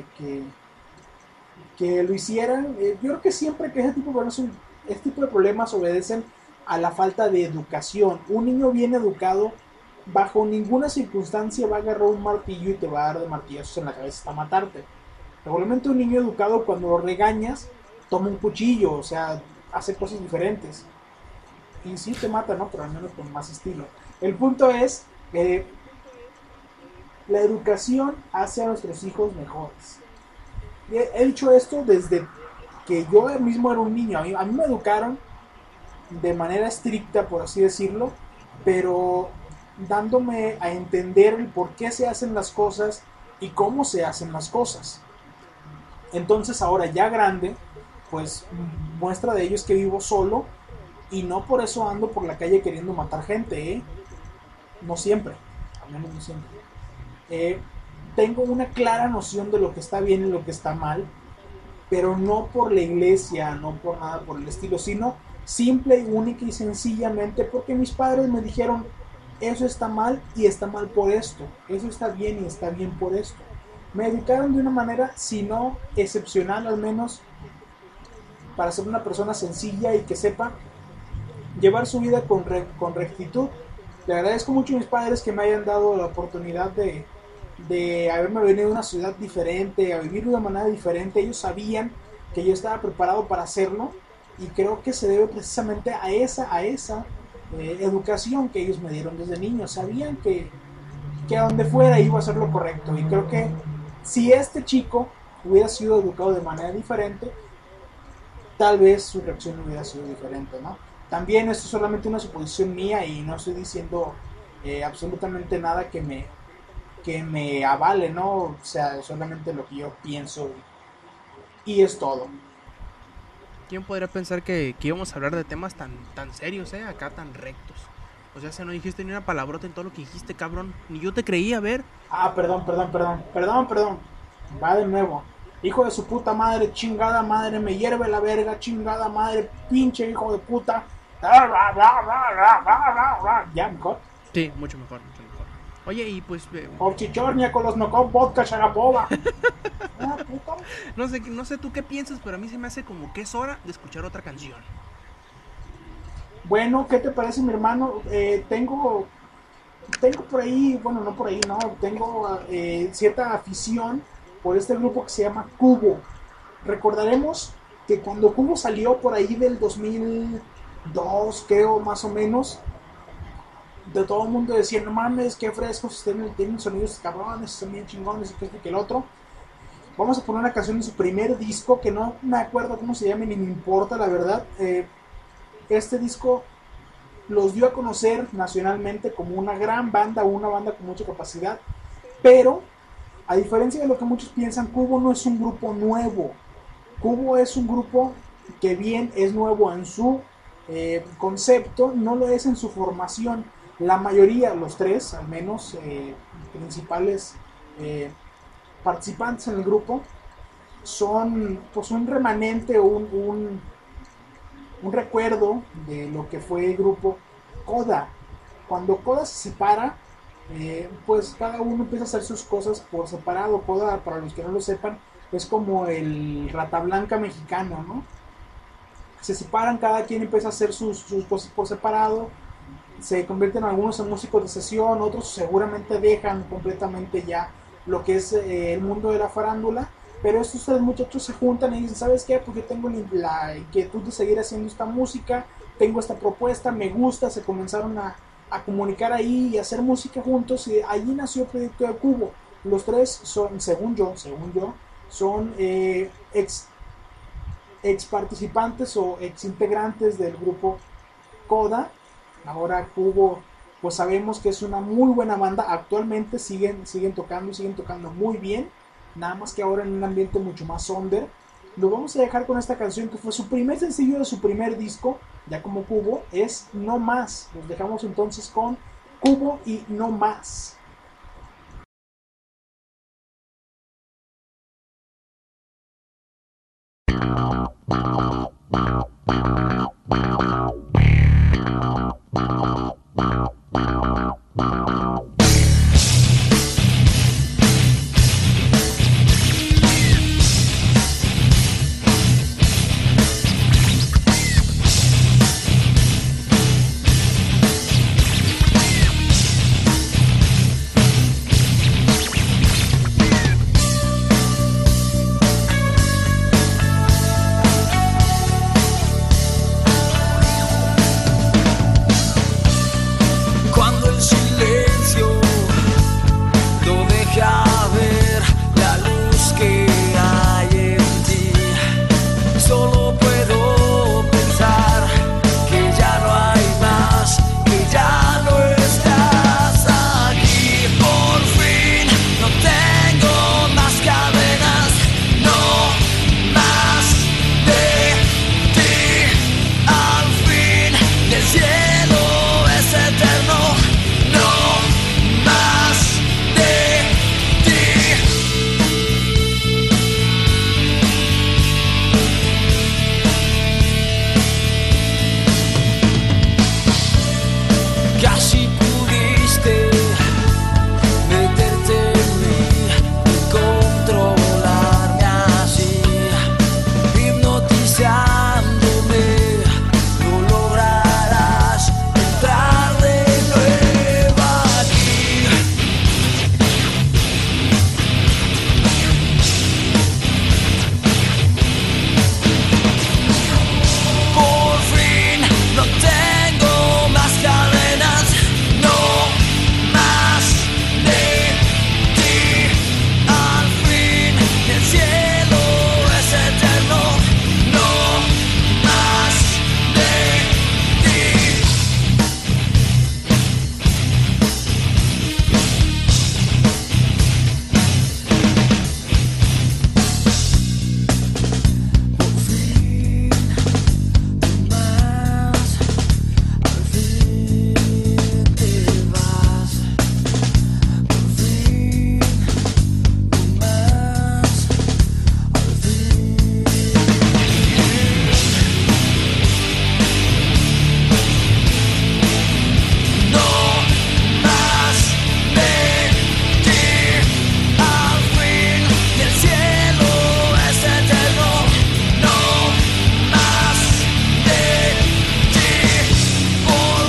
que lo hicieran. Yo creo que siempre que este tipo de problemas obedecen a la falta de educación. Un niño bien educado bajo ninguna circunstancia va a agarrar un martillo y te va a dar de martillazos en la cabeza hasta matarte. Probablemente un niño educado, cuando lo regañas, toma un cuchillo, o sea, hace cosas diferentes. Y sí te mata, ¿no? Pero al menos con más estilo. El punto es que la educación hace a nuestros hijos mejores. He dicho esto desde que yo mismo era un niño. A mí me educaron de manera estricta, por así decirlo, pero dándome a entender el por qué se hacen las cosas y cómo se hacen las cosas. Entonces ahora ya grande, pues muestra de ello es que vivo solo y no por eso ando por la calle queriendo matar gente, ¿eh? No siempre, al menos no siempre. Tengo una clara noción de lo que está bien y lo que está mal, pero no por la iglesia, no por nada por el estilo, sino simple y única y sencillamente porque mis padres me dijeron, eso está mal y está mal por esto, eso está bien y está bien por esto. Me educaron de una manera, si no excepcional, al menos para ser una persona sencilla y que sepa llevar su vida con rectitud. Le agradezco mucho a mis padres que me hayan dado la oportunidad de haberme venido a una ciudad diferente, a vivir de una manera diferente. Ellos sabían que yo estaba preparado para hacerlo y creo que se debe precisamente a esa educación que ellos me dieron desde niño. Sabían que a donde fuera iba a ser lo correcto, y creo que si este chico hubiera sido educado de manera diferente, tal vez su reacción hubiera sido diferente, ¿no? También esto es solamente una suposición mía y no estoy diciendo absolutamente nada que me avale, ¿no? O sea, solamente lo que yo pienso y es todo. ¿Quién podría pensar que íbamos a hablar de temas tan serios, acá tan rectos? O sea, si no dijiste ni una palabrota en todo lo que dijiste, cabrón. Ni yo te creí, a ver. Perdón. Va de nuevo. Hijo de su puta madre, chingada madre, me hierve la verga, chingada madre, pinche hijo de puta. ¿Ya mejor? Sí, mucho mejor. Oye, y pues... Chichornia con los Nocón Vodka Sharapova. No sé tú qué piensas, pero a mí se me hace como que es hora de escuchar otra canción. Bueno, ¿qué te parece, mi hermano? Tengo por ahí, bueno, no por ahí, no, tengo cierta afición por este grupo que se llama Cubo. Recordaremos que cuando Cubo salió por ahí del 2002, creo, más o menos, de todo el mundo decía, no mames, qué frescos, tienen sonidos cabrones, son bien chingones, y que esto y que el otro. Vamos a poner una canción de su primer disco, que no me acuerdo cómo se llama ni me importa, la verdad. Este disco los dio a conocer nacionalmente como una gran banda, una banda con mucha capacidad, pero a diferencia de lo que muchos piensan, Cubo no es un grupo nuevo. Cubo es un grupo que bien es nuevo en su concepto, no lo es en su formación. La mayoría, los tres al menos, principales participantes en el grupo, son pues un remanente o un recuerdo de lo que fue el grupo Coda. Cuando Coda se separa, pues cada uno empieza a hacer sus cosas por separado. Coda, para los que no lo sepan, es como el Rata Blanca mexicano, ¿no? Se separan, cada quien empieza a hacer sus cosas por separado, se convierten algunos en músicos de sesión, otros seguramente dejan completamente ya lo que es el mundo de la farándula. Pero estos tres muchachos se juntan y dicen, ¿sabes qué? Pues yo tengo la inquietud de seguir haciendo esta música, tengo esta propuesta, me gusta. Se comenzaron a comunicar ahí y a hacer música juntos, y allí nació el proyecto de Cubo. Los tres son, según yo, son ex participantes o ex integrantes del grupo Coda. Ahora Cubo, pues sabemos que es una muy buena banda, actualmente siguen tocando muy bien. Nada más que ahora en un ambiente mucho más under. Lo vamos a dejar con esta canción que fue su primer sencillo de su primer disco, ya como Cubo, es No Más. Los dejamos entonces con Cubo y No Más. casi pudiste meterte en mí y controlarme así, hipnotizándome. No lograrás entrar de nuevo aquí. Por fin no tengo más cadenas, no más de ti. Al fin el cielo es eterno, no más de ti. Por fin más, al fin te vas. Por fin más, al fin. No más de ti. Al fin el cielo es eterno, no más de ti. Por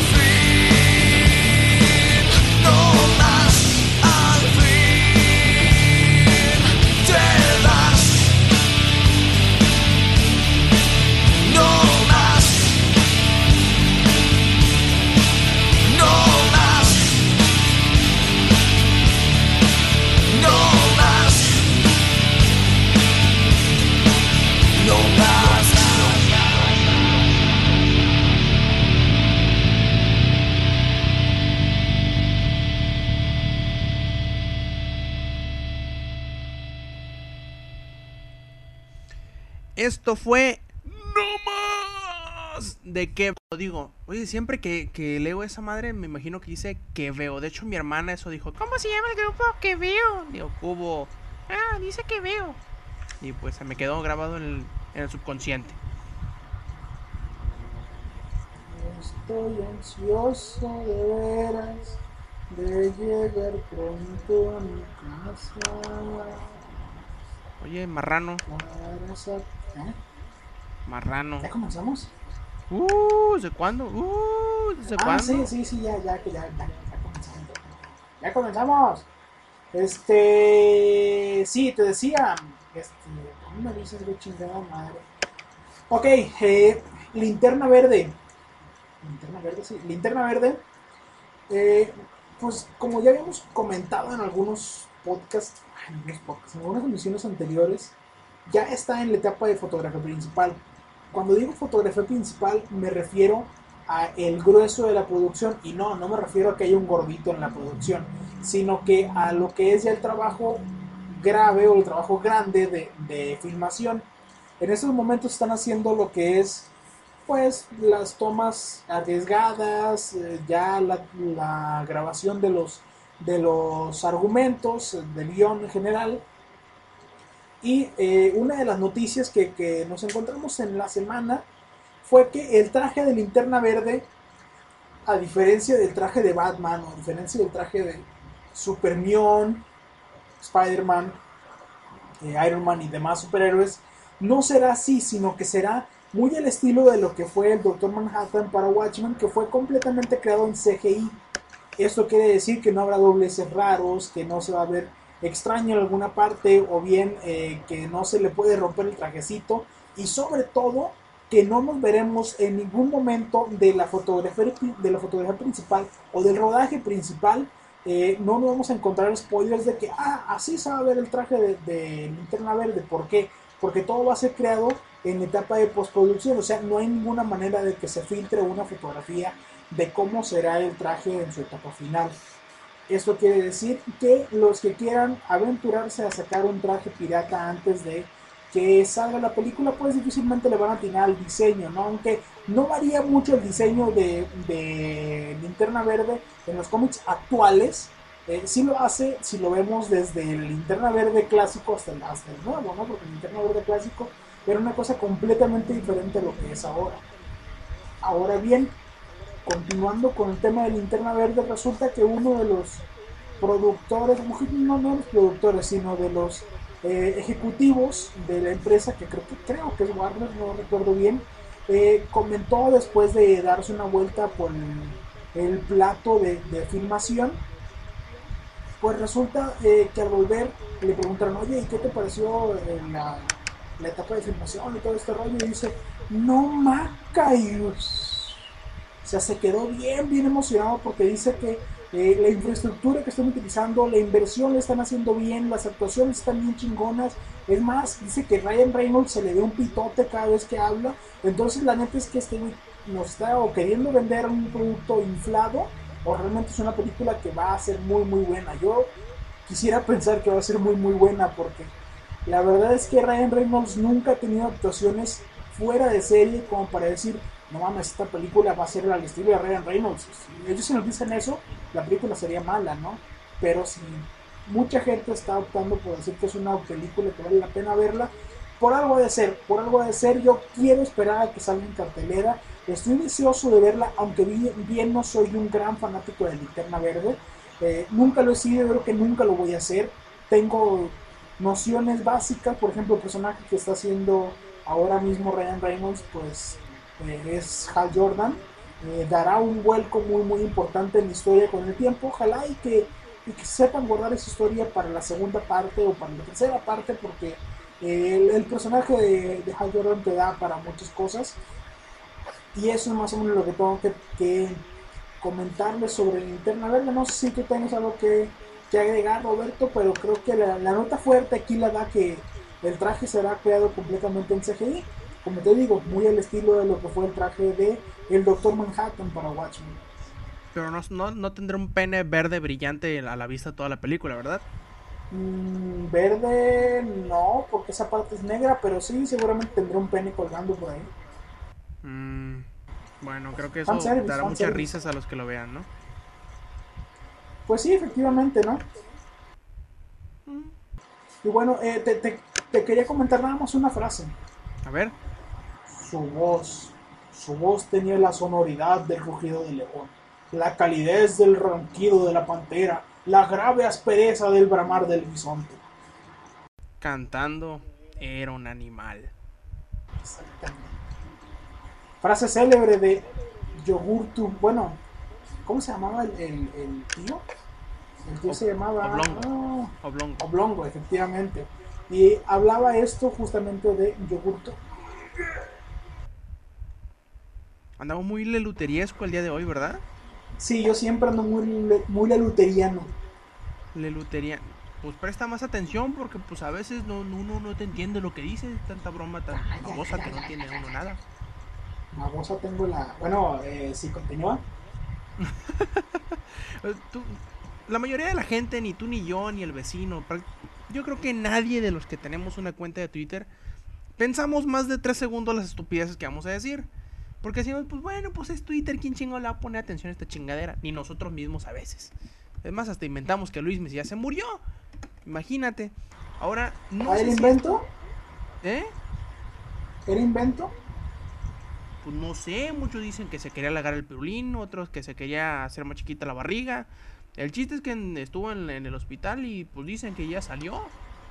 fin, no más, al fin te vas. No más, no más, no más, no más. Esto fue No Más. ¿De qué digo? Oye, siempre que leo esa madre me imagino que dice que veo. De hecho, mi hermana eso dijo. ¿Cómo se llama el grupo? Que veo. Digo, Cubo. Ah, dice que veo. Y pues se me quedó grabado en el subconsciente. Estoy ansioso de veras de llegar pronto a mi casa. Oye, marrano. Para ¿Eh? Marrano. ¿Ya comenzamos? ¿Desde cuándo? ¿Desde cuándo? Sí, ya comenzamos. Ya comenzamos. Sí, te decía, ¿cómo me dices, güey, chingada madre? Ok, linterna verde. Linterna verde. Pues como ya habíamos comentado en algunos podcasts, en algunas emisiones anteriores, ya está en la etapa de fotografía principal. Cuando digo fotografía principal me refiero a el grueso de la producción, y no me refiero a que haya un gordito en la producción, sino que a lo que es ya el trabajo grave o el trabajo grande de filmación. En estos momentos están haciendo lo que es pues las tomas arriesgadas, ya la grabación de los argumentos, del guión en general. Y una de las noticias que nos encontramos en la semana fue que el traje de Linterna Verde, a diferencia del traje de Batman, o a diferencia del traje de Superman, Spider-Man, Iron Man y demás superhéroes, no será así, sino que será muy al estilo de lo que fue el Doctor Manhattan para Watchmen, que fue completamente creado en CGI. Esto quiere decir que no habrá dobleces raros, que no se va a ver extraño en alguna parte, o bien que no se le puede romper el trajecito, y sobre todo que no nos veremos en ningún momento de la fotografía principal o del rodaje principal. No nos vamos a encontrar spoilers de que así se va a ver el traje de Linterna Verde. ¿Por qué? Porque todo va a ser creado en etapa de postproducción, o sea, no hay ninguna manera de que se filtre una fotografía de cómo será el traje en su etapa final. Esto quiere decir que los que quieran aventurarse a sacar un traje pirata antes de que salga la película, pues difícilmente le van a atinar al diseño, ¿no? Aunque no varía mucho el diseño de Linterna Verde en los cómics actuales. Sí lo hace si lo vemos desde el Linterna Verde clásico hasta el nuevo, ¿no? Porque el Linterna Verde clásico era una cosa completamente diferente a lo que es ahora. Ahora bien, continuando con el tema de Linterna Verde, resulta que uno de los productores, no los productores, sino de los ejecutivos de la empresa, que creo que es Warner, no recuerdo bien, comentó después de darse una vuelta por el plato de filmación, pues resulta que al volver le preguntaron, oye, ¿y qué te pareció la etapa de filmación y todo este rollo? Y dice, no Macayus. O sea, se quedó bien emocionado porque dice que la infraestructura que están utilizando, la inversión la están haciendo bien, las actuaciones están bien chingonas. Es más, dice que Ryan Reynolds se le ve un pitote cada vez que habla. Entonces la neta es que nos está o queriendo vender un producto inflado, o realmente es una película que va a ser muy buena. Yo quisiera pensar que va a ser muy buena, porque la verdad es que Ryan Reynolds nunca ha tenido actuaciones fuera de serie como para decir, no mames, esta película va a ser al estilo de Ryan Reynolds. Si ellos se nos dicen eso, la película sería mala, ¿no? Pero si mucha gente está optando por decir que es una película que vale la pena verla, por algo ha de ser. Yo quiero esperar a que salga en cartelera. Estoy deseoso de verla, aunque bien no soy un gran fanático de Linterna Verde. Nunca lo he sido, creo que nunca lo voy a hacer. Tengo nociones básicas, por ejemplo, el personaje que está haciendo ahora mismo Ryan Reynolds, pues es Hal Jordan. Dará un vuelco muy importante en la historia con el tiempo. Ojalá y que sepan guardar esa historia para la segunda parte o para la tercera parte, porque el personaje de Hal Jordan te da para muchas cosas. Y eso es más o menos lo que tengo que comentarles sobre Linterna Verde. No sé si tú tienes algo que agregar, Roberto, pero creo que la nota fuerte aquí la da que el traje será creado completamente en CGI, como te digo, muy al estilo de lo que fue el traje de el Doctor Manhattan para Watchmen. Pero no tendrá un pene verde brillante a la vista toda la película, ¿verdad? Verde no, porque esa parte es negra, pero sí, seguramente tendrá un pene colgando por ahí. Bueno, creo que eso dará muchas risas a los que lo vean, ¿no? Pues sí, efectivamente, ¿no? Y bueno, te quería comentar nada más una frase. A ver. Su voz tenía la sonoridad del rugido del león, la calidez del ronquido de la pantera, la grave aspereza del bramar del bisonte. Cantando era un animal. Exactamente. Frase célebre de Yogurtu. Bueno, ¿cómo se llamaba el tío? El tío se llamaba Oblongo, efectivamente. Y hablaba esto justamente de Yogurtu. Andamos muy leluteriesco el día de hoy, ¿verdad? Sí, yo siempre ando muy leluteriano. Leluteriano. Pues presta más atención, porque pues a veces uno no te entiende lo que dice. Tanta broma tan babosa que no entiende uno nada. Babosa tengo la... Bueno, si continúa. La mayoría de la gente, ni tú ni yo, ni el vecino, yo creo que nadie de los que tenemos una cuenta de Twitter pensamos más de 3 segundos las estupideces que vamos a decir. Porque decimos, pues bueno, pues es Twitter, ¿quién chingo le va a poner atención a esta chingadera? Ni nosotros mismos a veces. Es más, hasta inventamos que Luis Messi ya se murió. Imagínate. Ahora, no sé ¿Era invento? ¿Era invento? Pues no sé, muchos dicen que se quería alargar el pirulín, otros que se quería hacer más chiquita la barriga. El chiste es que estuvo en el hospital y pues dicen que ya salió.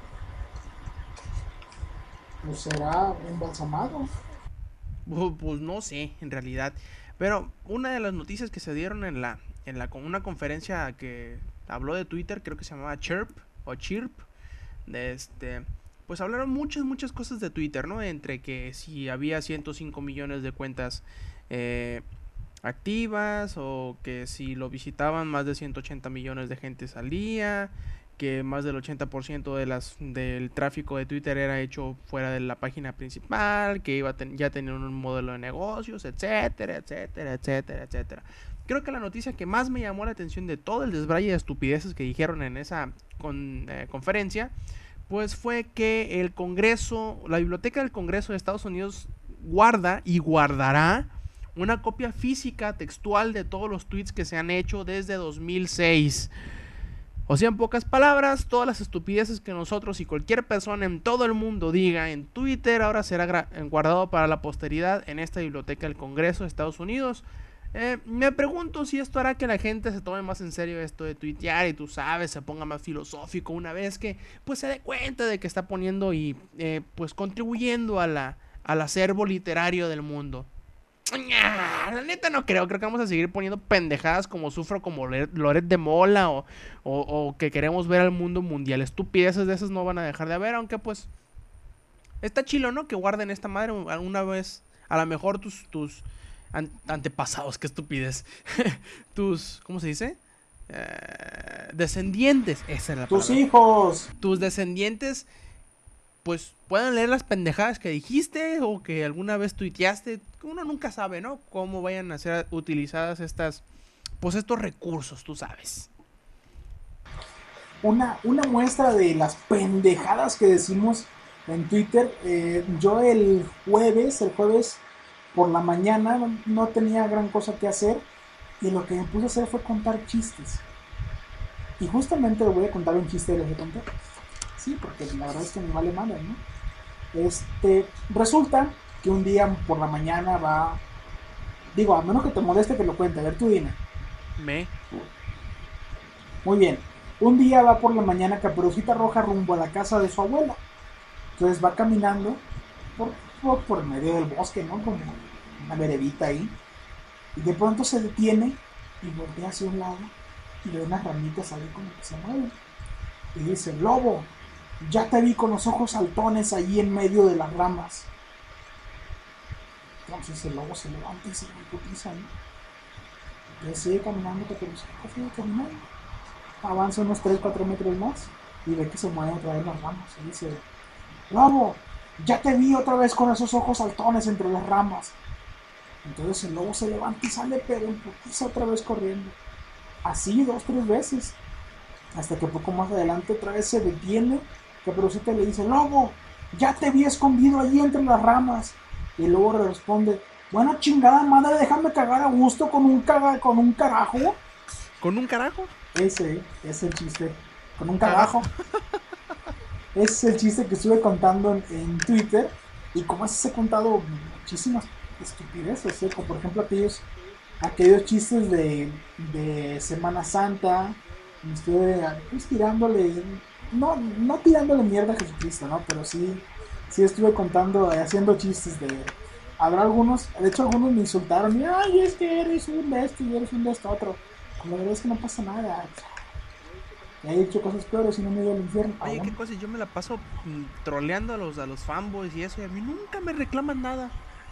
Pues será embalsamado. Pues no sé, en realidad. Pero una de las noticias que se dieron en una conferencia que habló de Twitter, creo que se llamaba Chirp, pues hablaron muchas cosas de Twitter, ¿no? Entre que si había 105 millones de cuentas activas, o que si lo visitaban más de 180 millones de gente salía, que más del 80% del tráfico de Twitter era hecho fuera de la página principal, que ya tenían un modelo de negocios, etcétera. Creo que la noticia que más me llamó la atención de todo el desbraye de estupideces que dijeron en esa conferencia, pues fue que el Congreso, la Biblioteca del Congreso de Estados Unidos guarda y guardará una copia física textual de todos los tweets que se han hecho desde 2006. O sea, en pocas palabras, todas las estupideces que nosotros y cualquier persona en todo el mundo diga en Twitter ahora será guardado para la posteridad en esta Biblioteca del Congreso de Estados Unidos. Me pregunto si esto hará que la gente se tome más en serio esto de tuitear y tú sabes, se ponga más filosófico una vez que pues se dé cuenta de que está poniendo y pues contribuyendo al acervo literario del mundo. La neta no creo que vamos a seguir poniendo pendejadas como sufro como Loret de Mola o que queremos ver al mundo mundial. Estupideces de esas no van a dejar de haber, aunque pues está chilo, ¿no? Que guarden esta madre alguna vez. A lo mejor tus antepasados, qué estupidez. ¿Cómo se dice? Descendientes, esa es la Tus palabra. hijos. Tus descendientes pues puedan leer las pendejadas que dijiste o que alguna vez tuiteaste. Uno nunca sabe, ¿no? Cómo vayan a ser utilizadas pues estos recursos, tú sabes. Una muestra de las pendejadas que decimos en Twitter. Yo el jueves por la mañana no tenía gran cosa que hacer y lo que me puse a hacer fue contar chistes. Y justamente le voy a contar un chiste de los que conté. Sí, porque la verdad es que me vale madre, ¿no? Resulta que un día por la mañana va... Digo, a menos que te moleste que lo cuente, a ver tú dime. Muy bien. Un día va por la mañana Caperucita Roja rumbo a la casa de su abuela. Entonces va caminando por medio del bosque, ¿no? Como una veredita ahí. Y de pronto se detiene y voltea hacia un lado y ve unas ramitas ahí como que se mueven. Y dice, lobo, ya te vi con los ojos saltones allí en medio de las ramas. Entonces el lobo se levanta y se putiza, ¿no? Entonces sigue caminando, sigue caminando. Avanza unos 3-4 metros más y ve que se mueven otra vez las ramas. Y dice, lobo, ya te vi otra vez con esos ojos saltones entre las ramas. Entonces el lobo se levanta y sale, pero en putiza otra vez corriendo. Así 2-3 veces. Hasta que poco más adelante otra vez se detiene. Caperucita le dice, lobo, ya te vi escondido allí entre las ramas. Y el lobo le responde, bueno, chingada madre, déjame cagar a gusto con un carajo. ¿Con un carajo? Ese es el chiste. Con un carajo. Ese es el chiste que estuve contando en Twitter. Y como así he contado muchísimas estupideces, ¿eh? Como por ejemplo aquellos chistes de Semana Santa. Estuve pues, tirándole, no tirándole mierda a Jesucristo, ¿no? Pero sí estuve contando, haciendo chistes de... Habrá algunos, de hecho algunos me insultaron y, ay, es que eres un de esto y eres un de esto otro. Como la verdad es que no pasa nada. He hecho cosas peores y no me he ido al infierno. Oye, qué cosa, yo me la paso troleando a los fanboys y eso, y a mí nunca me reclaman nada.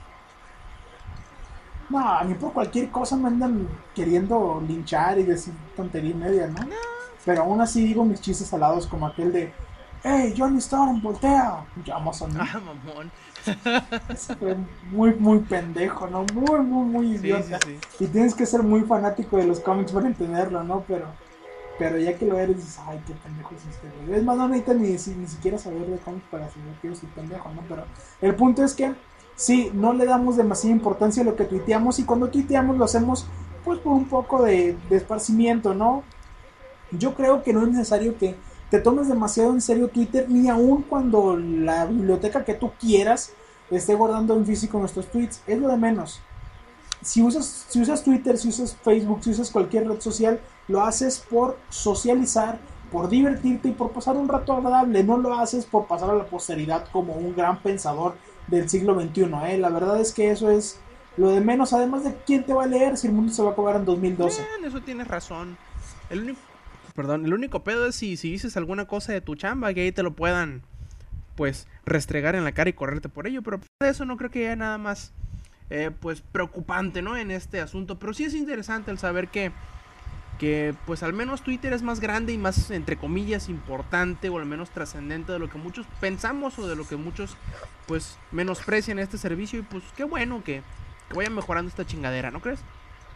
No, a mí por cualquier cosa me andan queriendo linchar y decir tontería y media, ¿no? Pero aún así digo mis chistes salados como aquel de, hey, Johnny Storm, voltea. Llamas a mí. Ah, mamón. Ese fue muy, muy pendejo, ¿no? Muy, muy, muy idiota. Sí. Y tienes que ser muy fanático de los cómics para entenderlo, ¿no? Pero ya que lo eres, dices, ay, qué pendejo es este, güey. Es más, no necesitas ni siquiera saber de cómics para saber que yo soy pendejo, ¿no? Pero el punto es que, sí, no le damos demasiada importancia a lo que tuiteamos. Y cuando tuiteamos lo hacemos, pues, por un poco de esparcimiento, ¿no? Yo creo que no es necesario que te tomes demasiado en serio Twitter, ni aun cuando la biblioteca que tú quieras esté guardando en físico nuestros tweets. Es lo de menos. Si usas Twitter, si usas Facebook, si usas cualquier red social, lo haces por socializar, por divertirte y por pasar un rato agradable. No lo haces por pasar a la posteridad como un gran pensador del siglo XXI, ¿eh? La verdad es que eso es lo de menos. Además de quién te va a leer si el mundo se va a acabar en 2012. Eso tienes razón. El único pedo es si dices alguna cosa de tu chamba, que ahí te lo puedan, pues, restregar en la cara y correrte por ello. Pero de eso no creo que haya nada más, pues, preocupante, ¿no? En este asunto. Pero sí es interesante el saber que pues, al menos Twitter es más grande y más, entre comillas, importante o al menos trascendente de lo que muchos pensamos o de lo que muchos, pues, menosprecian este servicio. Y, pues, qué bueno que vaya mejorando esta chingadera, ¿no crees?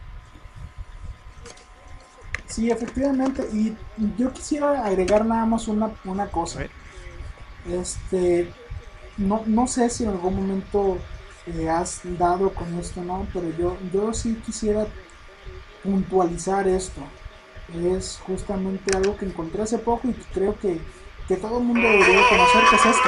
Sí, efectivamente. Y yo quisiera agregar nada más una cosa. No sé si en algún momento has dado con esto, ¿no? Pero yo sí quisiera puntualizar esto. Es justamente algo que encontré hace poco y que creo que todo el mundo debería conocer, que es esto.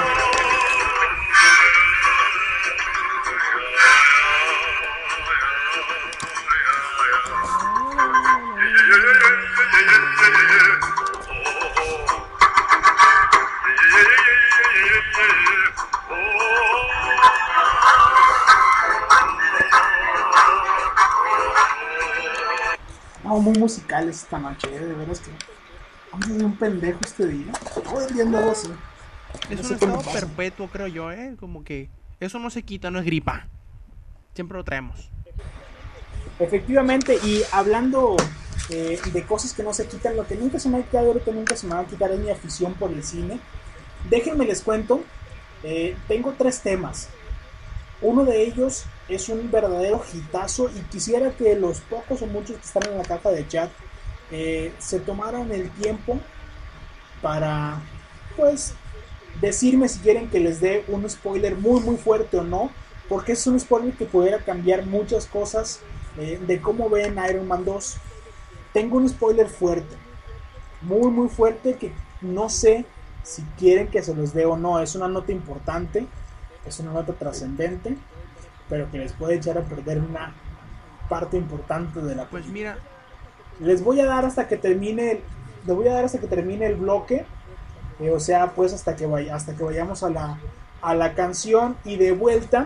No, muy musicales esta noche, de veras que vamos a ser un pendejo este día. Todo el día andado así. Es No un sé qué me estado pasa. perpetuo, creo yo, como que eso no se quita, no es gripa. Siempre lo traemos. Efectivamente, y hablando de cosas que no se quitan, lo que nunca se me ha quitado, ahorita nunca se me va a quitar es mi afición por el cine. Déjenme les cuento, tengo 3 temas. Uno de ellos es un verdadero hitazo y quisiera que los pocos o muchos que están en la caja de chat se tomaran el tiempo para, pues, decirme si quieren que les dé un spoiler muy muy fuerte o no, porque es un spoiler que pudiera cambiar muchas cosas de cómo ven Iron Man 2. Tengo un spoiler fuerte, muy muy fuerte, que no sé si quieren que se los dé o no. Es una nota importante, es una nota trascendente, pero que les puede echar a perder una parte importante de la Pues película. mira, Les voy a dar hasta que termine, les voy a dar hasta que termine el bloque, o sea, pues hasta que vayamos a la canción, y de vuelta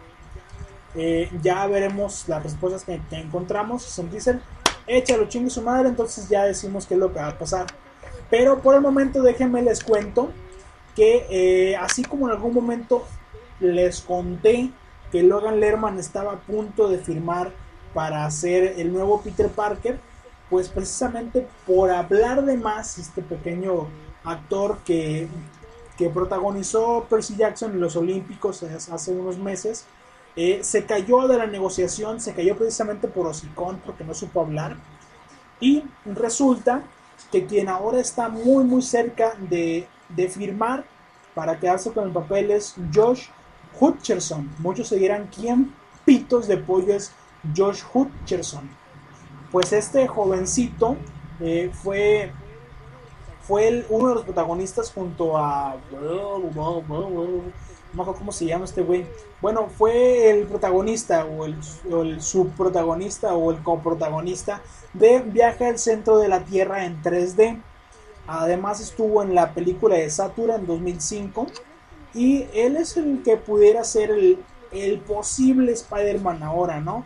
ya veremos las respuestas que encontramos. Si nos dicen échalo chingue su madre, entonces ya decimos qué es lo que va a pasar. Pero por el momento déjenme les cuento que así como en algún momento les conté que Logan Lerman estaba a punto de firmar para hacer el nuevo Peter Parker, pues precisamente por hablar de más, este pequeño actor que protagonizó Percy Jackson en los Olímpicos hace unos meses, se cayó de la negociación, se cayó precisamente por hocicón, porque no supo hablar, y resulta que quien ahora está muy muy cerca de firmar para quedarse con el papel es Josh Hutcherson. Muchos se dirán, ¿quién pitos de pollo es Josh Hutcherson? Pues este jovencito fue uno de los protagonistas junto a... no me acuerdo cómo se llama este güey. Bueno, fue el protagonista o el subprotagonista o el coprotagonista de Viaje al Centro de la Tierra en 3D. Además estuvo en la película de Satura en 2005. Y él es el que pudiera ser el posible Spider-Man ahora, ¿no?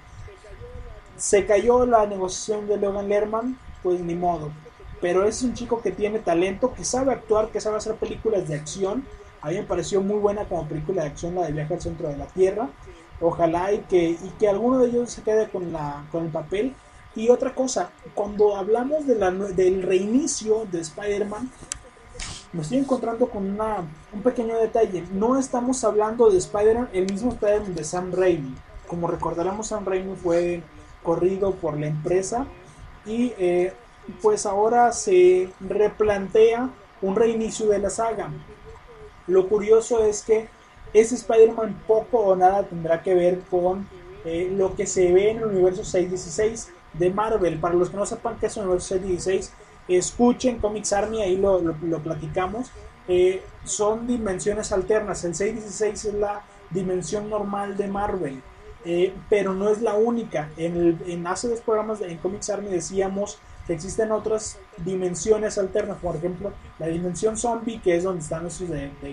Se cayó la negociación de Logan Lerman, pues ni modo. Pero es un chico que tiene talento, que sabe actuar, que sabe hacer películas de acción. A mí me pareció muy buena como película de acción la de Viaje al Centro de la Tierra. Ojalá y que alguno de ellos se quede con el papel. Y otra cosa, cuando hablamos del reinicio de Spider-Man, me estoy encontrando con un pequeño detalle. No estamos hablando de Spider-Man, el mismo Spider-Man de Sam Raimi. Como recordaremos, Sam Raimi fue corrido por la empresa y pues ahora se replantea un reinicio de la saga. Lo curioso es que ese Spider-Man poco o nada tendrá que ver con lo que se ve en el universo 616 de Marvel. Para los que no sepan qué es el universo 616, escuchen Comics Army, ahí lo platicamos. Son dimensiones alternas. El 616 es la dimensión normal de Marvel, pero no es la única. En hace 2 programas en Comics Army decíamos que existen otras dimensiones alternas, por ejemplo la dimensión zombie, que es donde están esos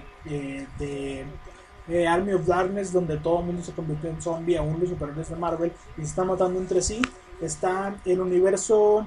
de Army of Darkness, donde todo el mundo se convirtió en zombie, aún los superhéroes de Marvel, y se están matando entre sí. Está el universo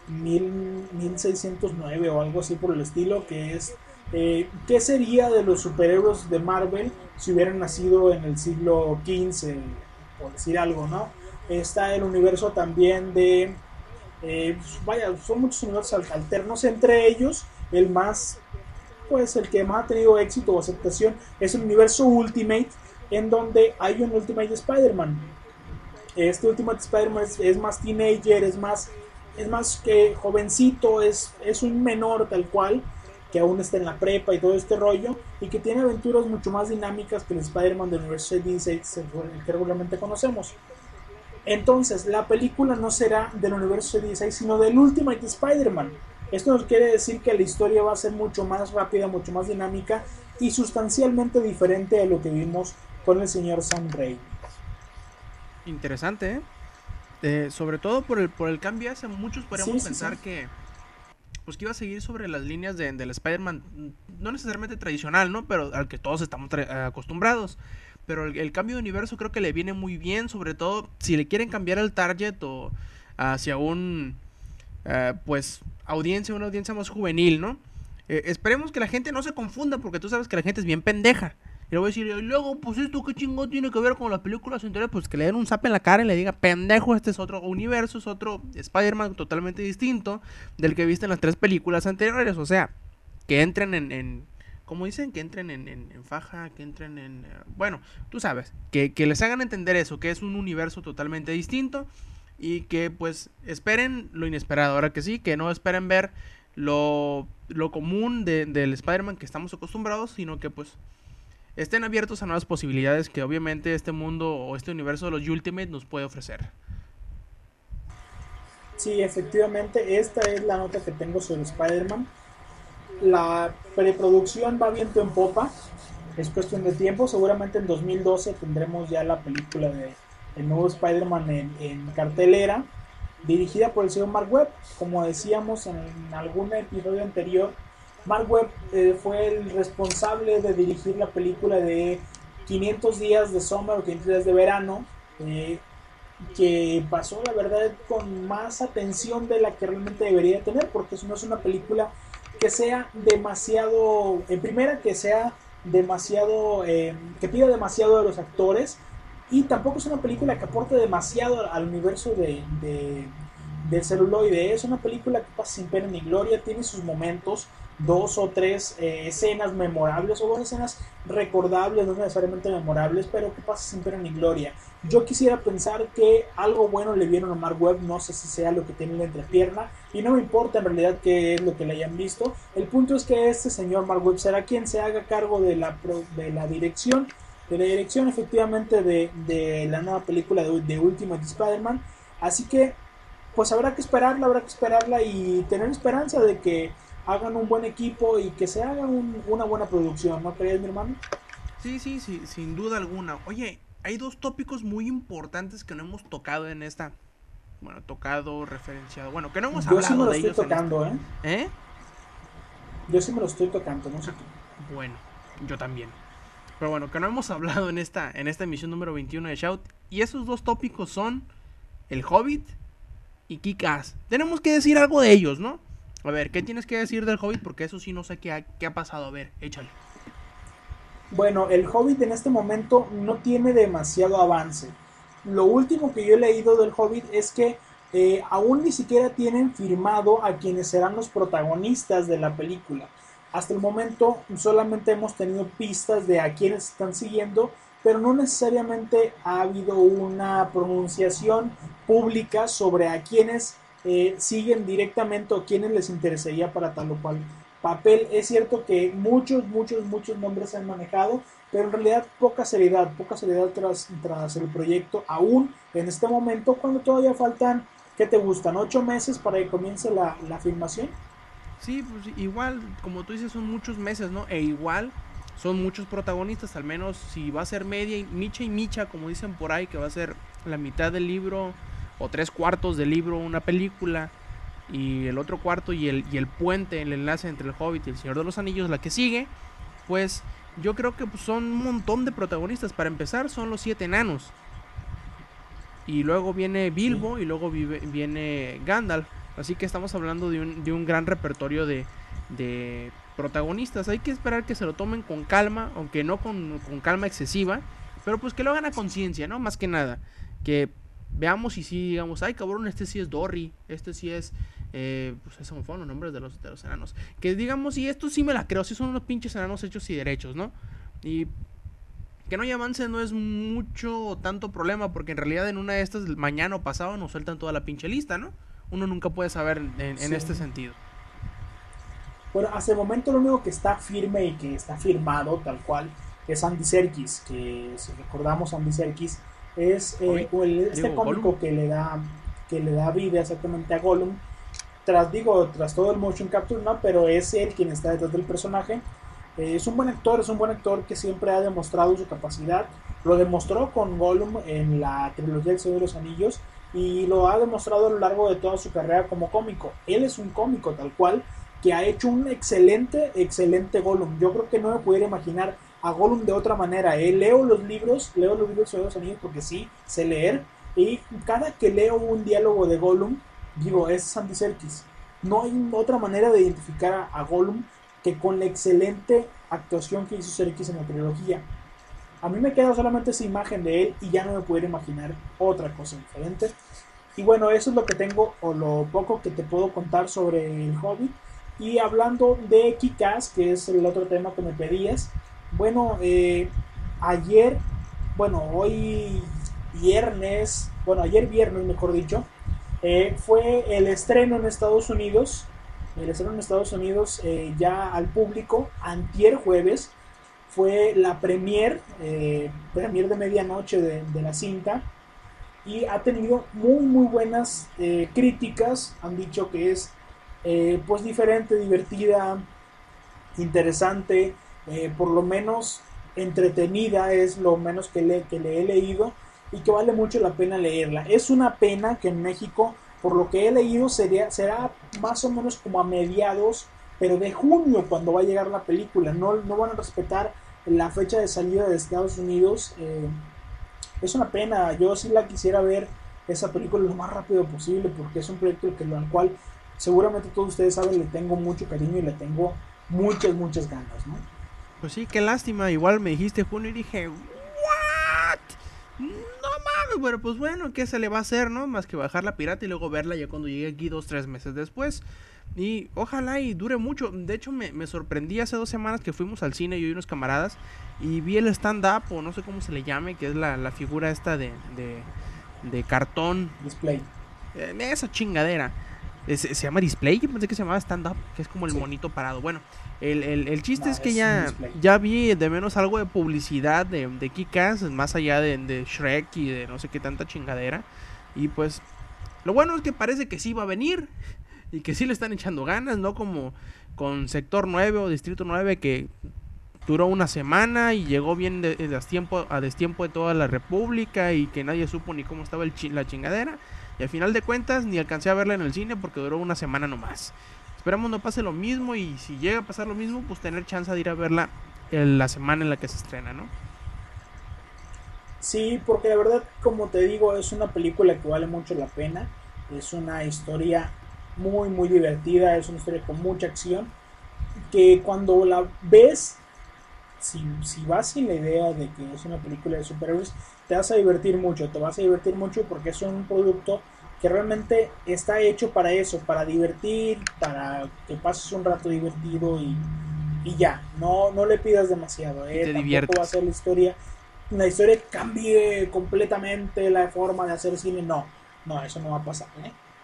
1609 o algo así por el estilo, que es ¿qué sería de los superhéroes de Marvel si hubieran nacido en el siglo XV, por decir algo, ¿no? Está el universo también de vaya, son muchos universos alternos. Entre ellos el más, pues el que más ha tenido éxito o aceptación es el universo Ultimate, en donde hay un Ultimate Spider-Man. Este Ultimate Spider-Man es más teenager, es más que jovencito, es un menor tal cual, que aún está en la prepa y todo este rollo, y que tiene aventuras mucho más dinámicas que el Spider-Man del universo 16 que regularmente conocemos. Entonces, la película no será del universo 16, sino del Ultimate Spider-Man. Esto nos quiere decir que la historia va a ser mucho más rápida, mucho más dinámica y sustancialmente diferente a lo que vimos con el señor Sam Raimi. interesante, ¿eh? Sobre todo por el cambio ese, muchos Sí, podríamos sí, sí. pensar que pues que iba a seguir sobre las líneas del Spider-Man, no necesariamente tradicional, ¿no? Pero al que todos estamos acostumbrados. Pero el cambio de universo creo que le viene muy bien, sobre todo si le quieren cambiar el target o hacia un, pues, una audiencia más juvenil, ¿no? Esperemos que la gente no se confunda, porque tú sabes que la gente es bien pendeja. Y le voy a decir, y luego, pues esto qué chingón tiene que ver con las películas anteriores, pues que le den un zap en la cara y le diga, pendejo, este es otro universo, es otro Spider-Man totalmente distinto del que viste en las 3 películas anteriores. O sea, que entren ¿cómo dicen? Que entren en faja, que entren en... bueno, tú sabes, que les hagan entender eso, que es un universo totalmente distinto y que pues esperen lo inesperado. Ahora que sí, que no esperen ver lo común del Spider-Man que estamos acostumbrados, sino que pues estén abiertos a nuevas posibilidades que obviamente este mundo o este universo de los Ultimate nos puede ofrecer. Sí, efectivamente, esta es la nota que tengo sobre Spider-Man. La preproducción va viento en popa, es cuestión de tiempo, seguramente en 2012 tendremos ya la película de el nuevo Spider-Man en cartelera, dirigida por el señor Mark Webb. Como decíamos en algún episodio anterior, Mark Webb fue el responsable de dirigir la película de 500 días de summer o 500 días de verano, que pasó la verdad con más atención de la que realmente debería tener, porque no es una película que sea demasiado, en primera que sea demasiado, que pida demasiado de los actores, y tampoco es una película que aporte demasiado al universo del celuloide. Es una película que pasa sin pena ni gloria, tiene sus momentos, 2 o 3 escenas memorables o 2 escenas recordables, no necesariamente memorables, pero que pasa sin pena ni gloria. Yo quisiera pensar que algo bueno le vieron a Mark Webb, no sé si sea lo que tiene en la entrepierna, y no me importa en realidad qué es lo que le hayan visto. El punto es que este señor Mark Webb será quien se haga cargo de la dirección efectivamente de la nueva película de Ultimate Spider-Man. Así que pues habrá que esperarla y tener esperanza de que hagan un buen equipo y que se haga una buena producción, ¿no crees, mi hermano? Sí, sí, sí, sin duda alguna. Oye, hay 2 tópicos muy importantes que no hemos tocado en esta. Bueno, tocado, referenciado. Bueno, que no hemos Yo sí me hablado lo de estoy ellos en esta. tocando, ¿eh? ¿Eh? Yo sí me lo estoy tocando, no sé tú. Bueno, yo también. Pero bueno, que no hemos hablado en esta emisión número 21 de Shout. Y esos 2 tópicos son El Hobbit y Kick-Ass. Tenemos que decir algo de ellos, ¿no? A ver, ¿qué tienes que decir del Hobbit? Porque eso sí no sé qué ha pasado. A ver, échale. Bueno, el Hobbit en este momento no tiene demasiado avance. Lo último que yo he leído del Hobbit es que aún ni siquiera tienen firmado a quienes serán los protagonistas de la película. Hasta el momento solamente hemos tenido pistas de a quienes están siguiendo, pero no necesariamente ha habido una pronunciación pública sobre a quienes siguen directamente o quienes les interesaría para tal o cual papel. Es cierto que muchos nombres se han manejado, pero en realidad poca seriedad tras el proyecto, aún en este momento, cuando todavía faltan, ¿qué te gustan? 8 meses para que comience la filmación. Sí, pues igual, como tú dices, son muchos meses, ¿no? E igual son muchos protagonistas, al menos si va a ser media, y micha, como dicen por ahí, que va a ser la mitad del libro o 3 cuartos del libro una película, y el otro cuarto y el puente, el enlace entre el Hobbit y el Señor de los Anillos, la que sigue, pues yo creo que pues, son un montón de protagonistas. Para empezar, son los 7 enanos. Y luego viene Sí. Bilbo y luego viene Gandalf. Así que estamos hablando de un gran repertorio de protagonistas. Hay que esperar que se lo tomen con calma, aunque no con calma excesiva, pero pues que lo hagan a conciencia, ¿no? Más que nada. Que veamos y sí digamos, ay cabrón, este sí es Dory, este sí es... pues esos fueron los nombres de los enanos. Que digamos, y esto sí me la creo, sí son unos pinches enanos hechos y derechos, ¿no? Y que no haya avance no es mucho o tanto problema, porque en realidad en una de estas, mañana o pasado, nos sueltan toda la pinche lista, ¿no? Uno nunca puede saber en Sí. este sentido. Bueno, hasta el momento lo único que está firme y que está firmado tal cual es Andy Serkis, que si recordamos Andy Serkis es Hobbit, este digo, Gollum. cómico que le da vida exactamente a Gollum, tras todo el motion capture, ¿no? Pero es él quien está detrás del personaje. Es un buen actor que siempre ha demostrado su capacidad. Lo demostró con Gollum en la trilogía del Señor de los Anillos. y lo ha demostrado a lo largo de toda su carrera como cómico. Él es un cómico tal cual, que ha hecho un excelente Gollum. Yo creo que no me pudiera imaginar a Gollum de otra manera. Leo los libros de los Anillos porque sí, sé leer, y cada que leo un diálogo de Gollum, digo, es Andy Serkis. No hay otra manera de identificar a Gollum que con la excelente actuación que hizo Serkis en la trilogía. A mí me queda solamente esa imagen de él y ya no me puedo imaginar otra cosa diferente. Y bueno, eso es lo que tengo, o lo poco que te puedo contar sobre el Hobbit. Y hablando de Kick-Ass, que es el otro tema que me pedías, bueno, ayer viernes mejor dicho, fue el estreno en Estados Unidos ya al público, antier jueves, fue la premier de medianoche de la cinta, y ha tenido muy buenas críticas. Han dicho que es pues diferente, divertida, interesante, por lo menos entretenida, es lo menos que le he leído, y que vale mucho la pena leerla. Es una pena que en México, por lo que he leído, será más o menos como a mediados, pero de junio, cuando va a llegar la película. No van a respetar la fecha de salida de Estados Unidos. Es una pena. Yo sí la quisiera ver, esa película, lo más rápido posible, porque es un proyecto al cual seguramente todos ustedes saben, le tengo mucho cariño y le tengo muchas ganas, ¿no? Pues sí, qué lástima. Igual me dijiste junio y dije, ¿what? No mames, pero pues bueno, ¿qué se le va a hacer, no? Más que bajar la pirata y luego verla ya cuando llegue aquí 2-3 meses después. Y ojalá y dure mucho. De hecho, me sorprendí hace 2 semanas que fuimos al cine, yo y unos camaradas, y vi el stand-up, o no sé cómo se le llame, que es la figura esta de cartón. Display. Esa chingadera. Se llama display, yo pensé que se llamaba stand-up, que es como el monito parado. Bueno, el chiste es que ya vi de menos algo de publicidad de Kick-Ass, más allá de Shrek y de no sé qué tanta chingadera. Y pues, lo bueno es que parece que sí va a venir, y que sí le están echando ganas, no como con Sector 9 o Distrito 9, que duró una semana y llegó bien a destiempo de toda la república, y que nadie supo ni cómo estaba la chingadera. Y al final de cuentas ni alcancé a verla en el cine porque duró una semana nomás. Esperamos no pase lo mismo, y si llega a pasar lo mismo, pues tener chance de ir a verla en la semana en la que se estrena, ¿no? Sí, porque la verdad, como te digo, es una película que vale mucho la pena. Es una historia muy divertida, es una historia con mucha acción, que cuando la ves, si vas sin la idea de que es una película de superhéroes, te vas a divertir mucho porque es un producto que realmente está hecho para eso, para divertir, para que pases un rato divertido, y ya, no le pidas demasiado, tampoco va a ser la historia cambie completamente la forma de hacer cine, no, eso no va a pasar,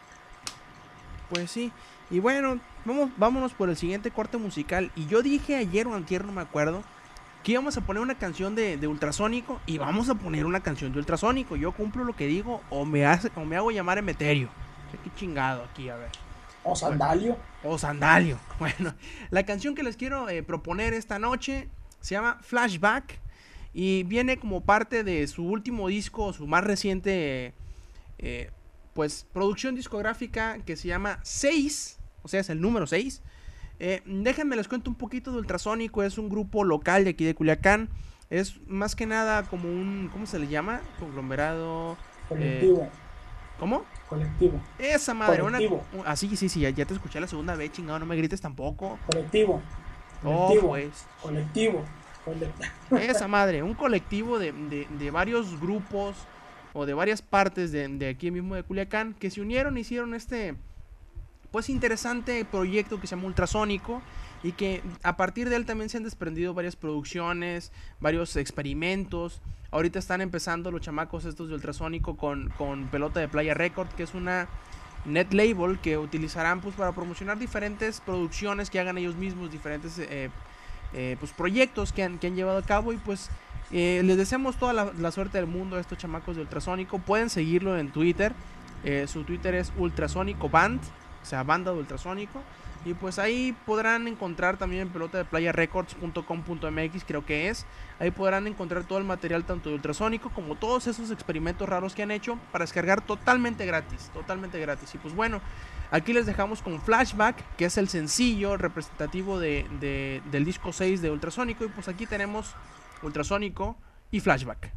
Pues sí. Y bueno, vámonos por el siguiente corte musical. Y yo dije ayer o antier, no me acuerdo, que íbamos a poner una canción de Ultrasónico, y vamos a poner una canción de Ultrasónico. Yo cumplo lo que digo, o me hago llamar Emeterio. Qué chingado aquí, a ver. O Sandalio. Bueno, o Sandalio. Bueno, la canción que les quiero proponer esta noche se llama Flashback, y viene como parte de su último disco, su más reciente pues producción discográfica, que se llama 6, o sea, es el número 6. Déjenme les cuento un poquito de Ultrasónico. Es un grupo local de aquí de Culiacán. Es más que nada como un, ¿cómo se le llama? Conglomerado. Colectivo. ¿Cómo? Colectivo. Esa madre. Colectivo. Sí, ya te escuché la segunda vez, chingado, no me grites tampoco. Colectivo. Pues. Colectivo. Esa madre, un colectivo de varios grupos, o de varias partes de aquí mismo de Culiacán, que se unieron e hicieron este pues interesante proyecto que se llama Ultrasónico, y que a partir de él también se han desprendido varias producciones, varios experimentos. Ahorita están empezando los chamacos estos de Ultrasónico con Pelota de Playa Record, que es una net label que utilizarán pues para promocionar diferentes producciones que hagan ellos mismos, diferentes pues proyectos que han llevado a cabo. Y pues les deseamos toda la suerte del mundo a estos chamacos de Ultrasónico. Pueden seguirlo en Twitter. Su Twitter es Ultrasónico Band, sea, banda de ultrasónico. Y pues ahí podrán encontrar también pelota de playa records.com.mx, creo que es. Ahí podrán encontrar todo el material tanto de ultrasónico como todos esos experimentos raros que han hecho para descargar totalmente gratis, totalmente gratis. Y pues bueno, aquí les dejamos con Flashback, que es el sencillo representativo del disco 6 de ultrasónico. Y pues aquí tenemos ultrasónico y Flashback.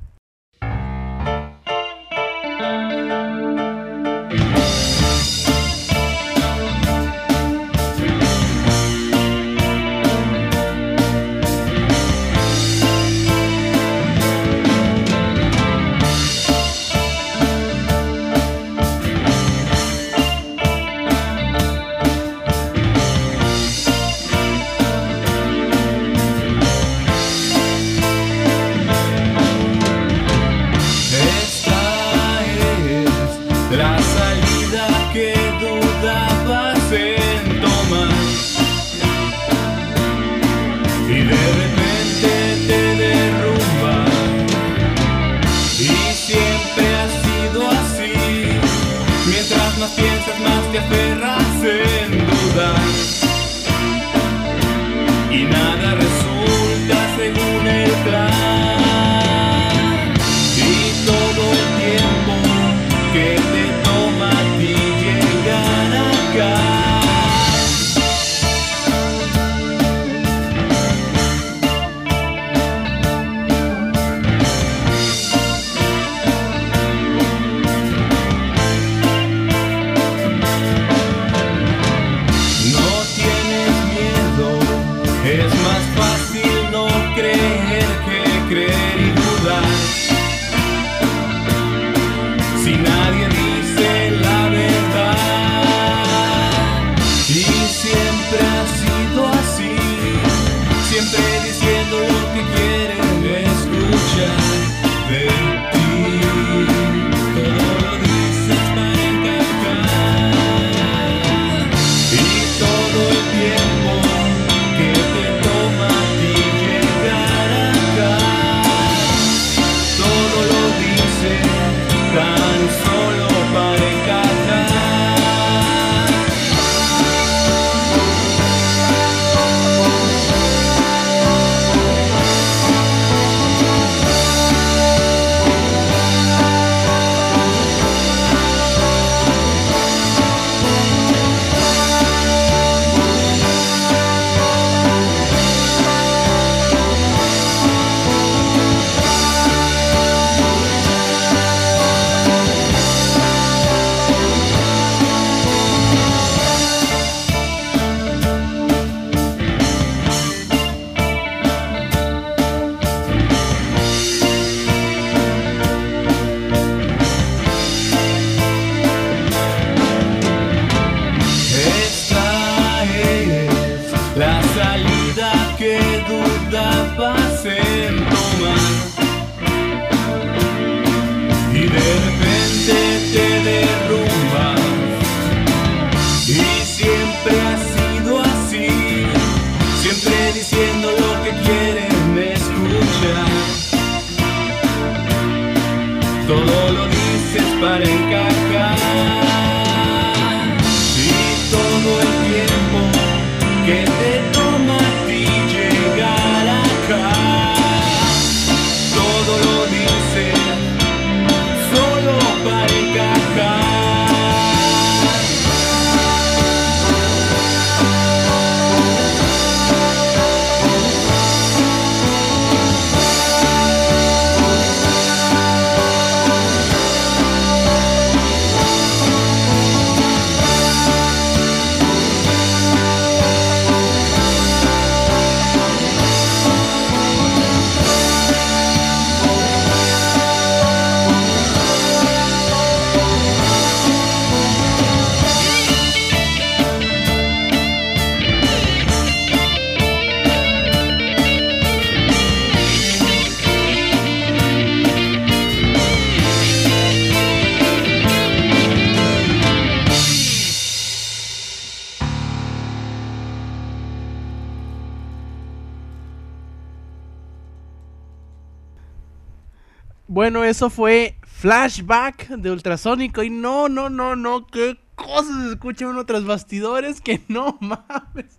Bueno, eso fue Flashback de Ultrasónico. Y no, qué cosas se escuchan uno tras bastidores que no mames.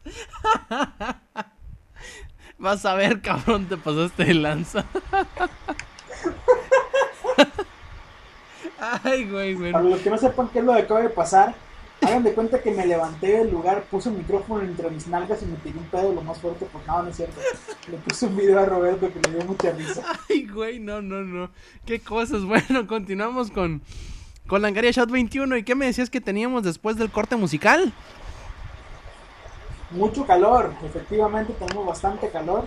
Vas a ver, cabrón, te pasaste de lanza. Ay, güey, güey. Para los que no sepan qué es lo que acaba de pasar, hagan de cuenta que me levanté del lugar, puse el micrófono entre mis nalgas y me tiré un pedo lo más fuerte, porque no es cierto. Le puse un video a Roberto que le dio mucha risa. Ay, güey, no. Qué cosas. Bueno, continuamos con Langaria Shot 21. ¿Y qué me decías que teníamos después del corte musical? Mucho calor, efectivamente tenemos bastante calor.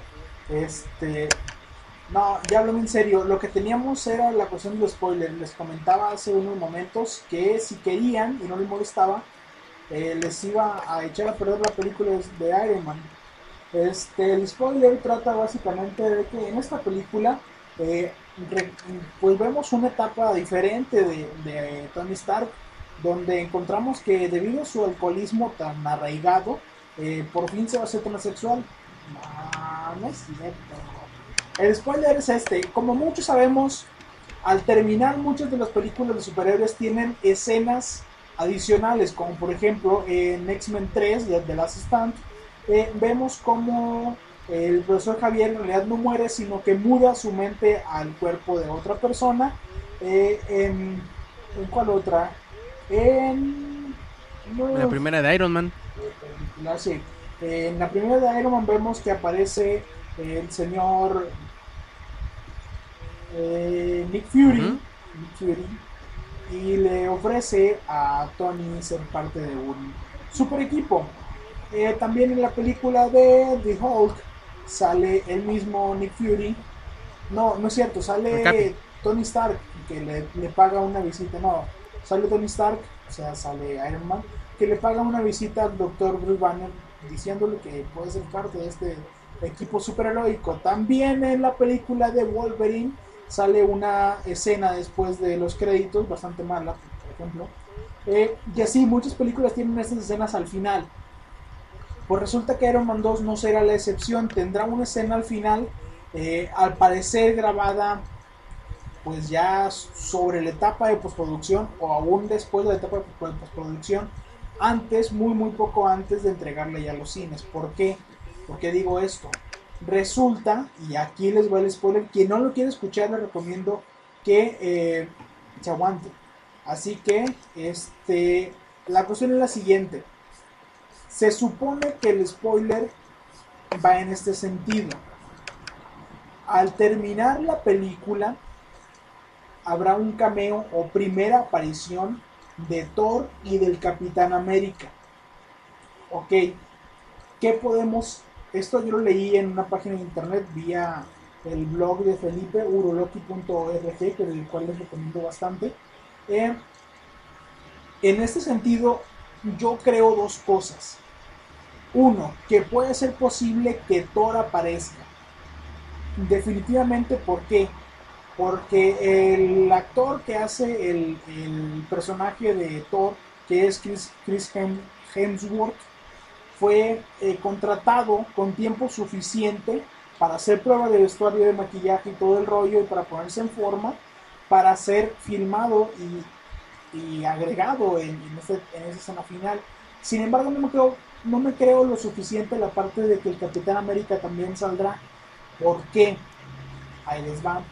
No, ya hablando en serio, lo que teníamos era la cuestión del spoiler. Les comentaba hace unos momentos que si querían y no les molestaba, les iba a echar a perder la película de Iron Man. El spoiler trata básicamente de que en esta película pues vemos una etapa diferente de Tony Stark, donde encontramos que debido a su alcoholismo tan arraigado, por fin se va a hacer transexual. No es cierto. El spoiler es como muchos sabemos, al terminar muchas de las películas de superhéroes tienen escenas adicionales, como por ejemplo en X-Men 3 de The Last Stand, vemos como el profesor Javier en realidad no muere, sino que muda su mente al cuerpo de otra persona. ¿En cuál otra? En la primera de Iron Man. Sí. En la primera de Iron Man vemos que aparece el señor Nick Fury, Uh-huh. Nick Fury, y le ofrece a Tony ser parte de un super equipo. También en la película de The Hulk sale el mismo Nick Fury. No es cierto, sale Tony Stark, que le paga una visita. No, sale Tony Stark, o sea, sale Iron Man, que le paga una visita al Dr. Bruce Banner diciéndole que puede ser parte de este equipo superheroico. También en la película de Wolverine sale una escena después de los créditos, bastante mala, por ejemplo. Y así, muchas películas tienen estas escenas al final. Pues resulta que Iron Man 2 no será la excepción, tendrá una escena al final, al parecer grabada pues ya sobre la etapa de postproducción o aún después de la etapa de postproducción, antes, muy poco antes de entregarle ya a los cines. ¿Por qué? ¿Por qué digo esto? Resulta, y aquí les voy el spoiler, quien no lo quiere escuchar les recomiendo que se aguante. Así que la cuestión es la siguiente. Se supone que el spoiler va en este sentido. Al terminar la película habrá un cameo o primera aparición de Thor y del Capitán América. Ok, ¿qué podemos? Esto yo lo leí en una página de internet vía el blog de Felipe, uroloki.org, que del cual les recomiendo bastante. En este sentido, yo creo dos cosas. Uno, que puede ser posible que Thor aparezca. Definitivamente, ¿por qué? Porque el actor que hace el personaje de Thor, que es Chris Hemsworth, fue contratado con tiempo suficiente para hacer prueba de vestuario, de maquillaje y todo el rollo, y para ponerse en forma, para ser filmado y agregado en esa escena final. Sin embargo, no me creo lo suficiente la parte de que el Capitán América también saldrá. ¿Por qué? Ahí les va.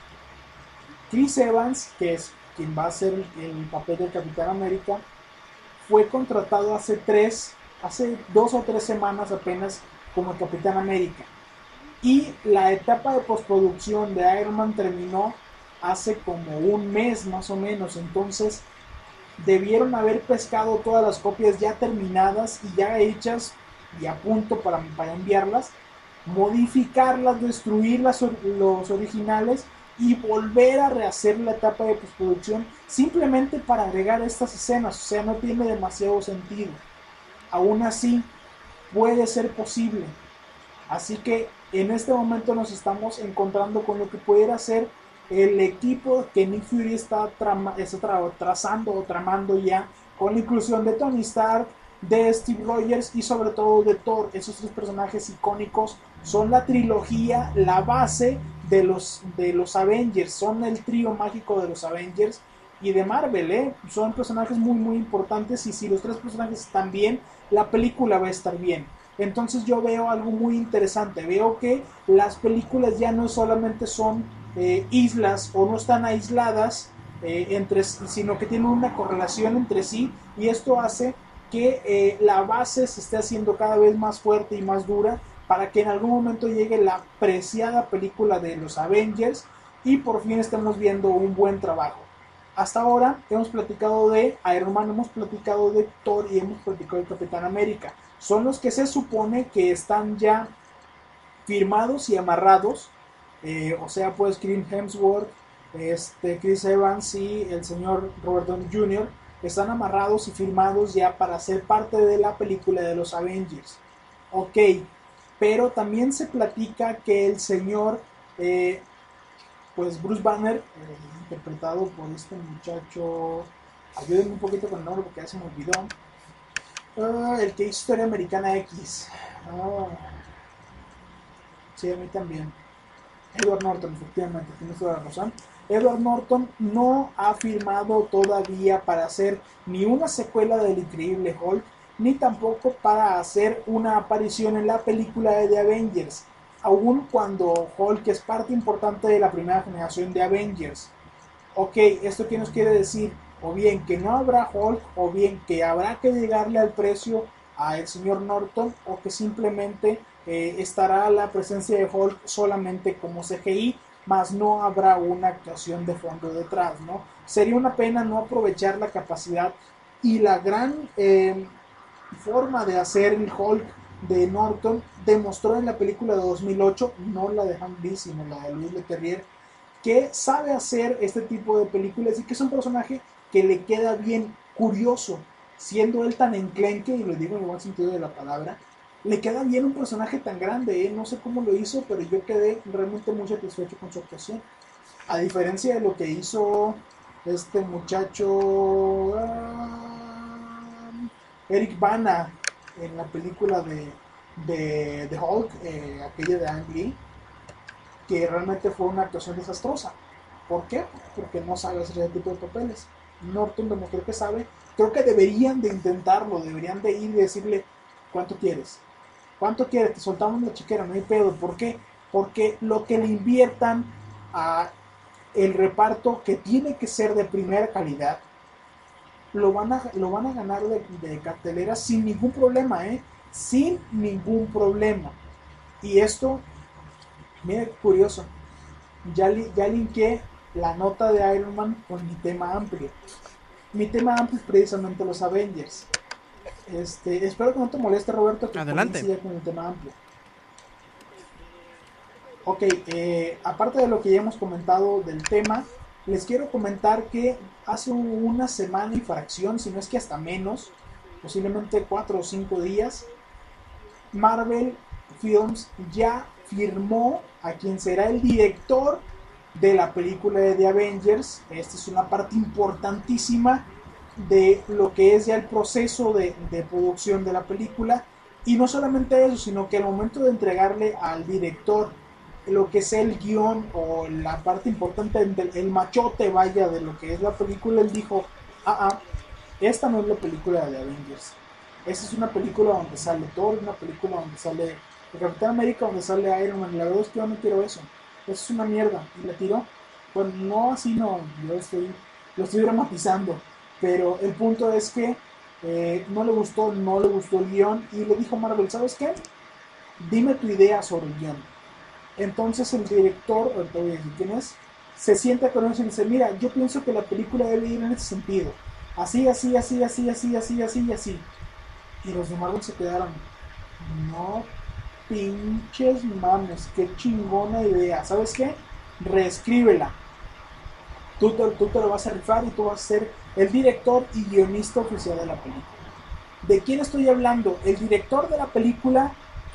Chris Evans, que es quien va a hacer el papel del Capitán América, fue contratado hace 2 o 3 semanas apenas como Capitán América. Y la etapa de postproducción de Iron Man terminó hace como un mes más o menos. Entonces debieron haber pescado todas las copias ya terminadas y ya hechas y a punto para enviarlas, modificarlas, destruir los originales y volver a rehacer la etapa de postproducción simplemente para agregar estas escenas. O sea, no tiene demasiado sentido. Aún así puede ser posible. Así que en este momento nos estamos encontrando con lo que pudiera ser el equipo que Nick Fury está trazando o tramando ya, con la inclusión de Tony Stark, de Steve Rogers y sobre todo de Thor. Esos 3 personajes icónicos son la trilogía, la base de los Avengers, son el trío mágico de los Avengers, y de Marvel, son personajes muy muy importantes, y si los tres personajes están bien, la película va a estar bien. Entonces yo veo algo muy interesante, veo que las películas ya no solamente son islas o no están aisladas sino que tienen una correlación entre sí, y esto hace que la base se esté haciendo cada vez más fuerte y más dura para que en algún momento llegue la preciada película de los Avengers y por fin estemos viendo un buen trabajo. Hasta ahora hemos platicado de Iron Man, hemos platicado de Thor y hemos platicado de Capitán América. Son los que se supone que están ya firmados y amarrados, o sea, pues Chris Hemsworth, Chris Evans y el señor Robert Downey Jr. están amarrados y firmados ya para ser parte de la película de los Avengers. Ok, pero también se platica que el señor pues Bruce Banner, interpretado por este muchacho, ayúdenme un poquito con el nombre porque ya se me olvidó, el que hizo Historia Americana X, sí, a mí también, Edward Norton, efectivamente, tienes toda la razón. Edward Norton no ha firmado todavía para hacer ni una secuela del Increíble Hulk, ni tampoco para hacer una aparición en la película de The Avengers, aun cuando Hulk es parte importante de la primera generación de Avengers. Ok, ¿esto qué nos quiere decir? O bien que no habrá Hulk, o bien que habrá que llegarle al precio al señor Norton, o que simplemente estará la presencia de Hulk solamente como CGI, más no habrá una actuación de fondo detrás, ¿no? Sería una pena no aprovechar la capacidad y la gran forma de hacer el Hulk de Norton. Demostró en la película de 2008, no la de Hank Lee, sino la de Louis Leterrier, que sabe hacer este tipo de películas y que es un personaje que le queda bien, curioso, siendo él tan enclenque, y lo digo en el buen sentido de la palabra, le queda bien un personaje tan grande, no sé cómo lo hizo, pero yo quedé realmente muy satisfecho con su actuación, a diferencia de lo que hizo este muchacho Eric Bana en la película de Hulk, aquella de Ang Lee, que realmente fue una actuación desastrosa. ¿Por qué? Porque no sabe hacer ese tipo de papeles. Norton demostró que sabe. Creo que deberían de intentarlo, deberían de ir y decirle, ¿cuánto quieres? ¿Cuánto quieres? Te soltamos la chiquera, no hay pedo. ¿Por qué? Porque lo que le inviertan a el reparto, que tiene que ser de primera calidad, lo van a ganar de cartelera sin ningún problema, sin ningún problema. Y esto, mira qué curioso, ya linké la nota de Iron Man con mi tema amplio. Mi tema amplio es precisamente los Avengers. Espero que no te moleste, Roberto, que adelante con el tema amplio. Ok, aparte de lo que ya hemos comentado del tema, les quiero comentar que hace una semana y fracción, si no es que hasta menos, posiblemente 4 o 5 días, Marvel Films ya firmó a quien será el director de la película de The Avengers. Esta es una parte importantísima de lo que es ya el proceso de producción de la película, y no solamente eso, sino que al momento de entregarle al director lo que es el guión o la parte importante, el machote vaya de lo que es la película, él dijo, esta no es la película de The Avengers, esta es una película donde sale Thor, una película donde sale el Capitán América, donde sale Iron Man, y la verdad es que yo no quiero eso es una mierda, y la tiró. Bueno, no, así no, yo lo estoy dramatizando, pero el punto es que no le gustó el guión, y le dijo Marvel, ¿sabes qué? Dime tu idea sobre el guión. Entonces el director, ahorita voy a decir quién es, se sienta con ellos y dice, mira, yo pienso que la película debe ir en ese sentido, así, así, así, así, así, así, así, así. Y los de Marvel se quedaron, no pinches mames, qué chingona idea, ¿sabes qué? Reescríbela, tú te lo vas a rifar y tú vas a ser el director y guionista oficial de la película. ¿De quién estoy hablando? El director de la película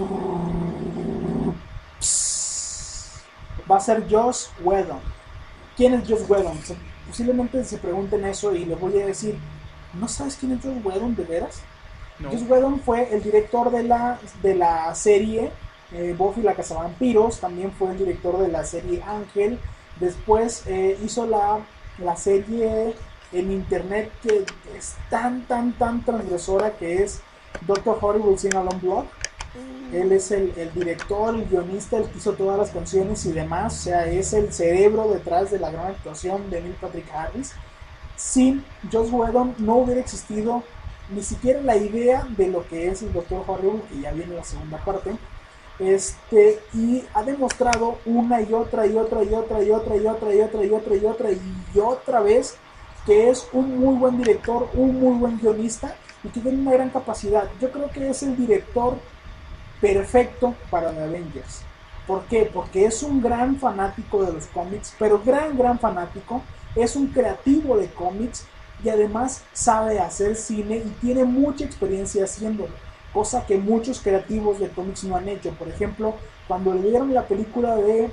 va a ser Joss Whedon. ¿Quién es Joss Whedon? Posiblemente se pregunten eso y les voy a decir, ¿no sabes quién es Joss Whedon de veras? No. Joss Whedon fue el director de la serie Buffy la Cazavampiros, también fue el director de la serie Ángel, después hizo la serie en internet que es tan transgresora, que es Doctor Horrible Sing Along Blog. Él es el director, el guionista, el que hizo todas las canciones y demás. O sea, es el cerebro detrás de la gran actuación de Neil Patrick Harris. Sin Joss Whedon no hubiera existido ni siquiera la idea de lo que es el Doctor Horrible, que ya viene la segunda parte. Y ha demostrado una y otra vez que es un muy buen director, un muy buen guionista y que tiene una gran capacidad. Yo creo que es el director perfecto para The Avengers. ¿Por qué? Porque es un gran fanático de los cómics, pero gran fanático. Es un creativo de cómics y además sabe hacer cine y tiene mucha experiencia haciéndolo, cosa que muchos creativos de cómics no han hecho. Por ejemplo, cuando le dieron la película de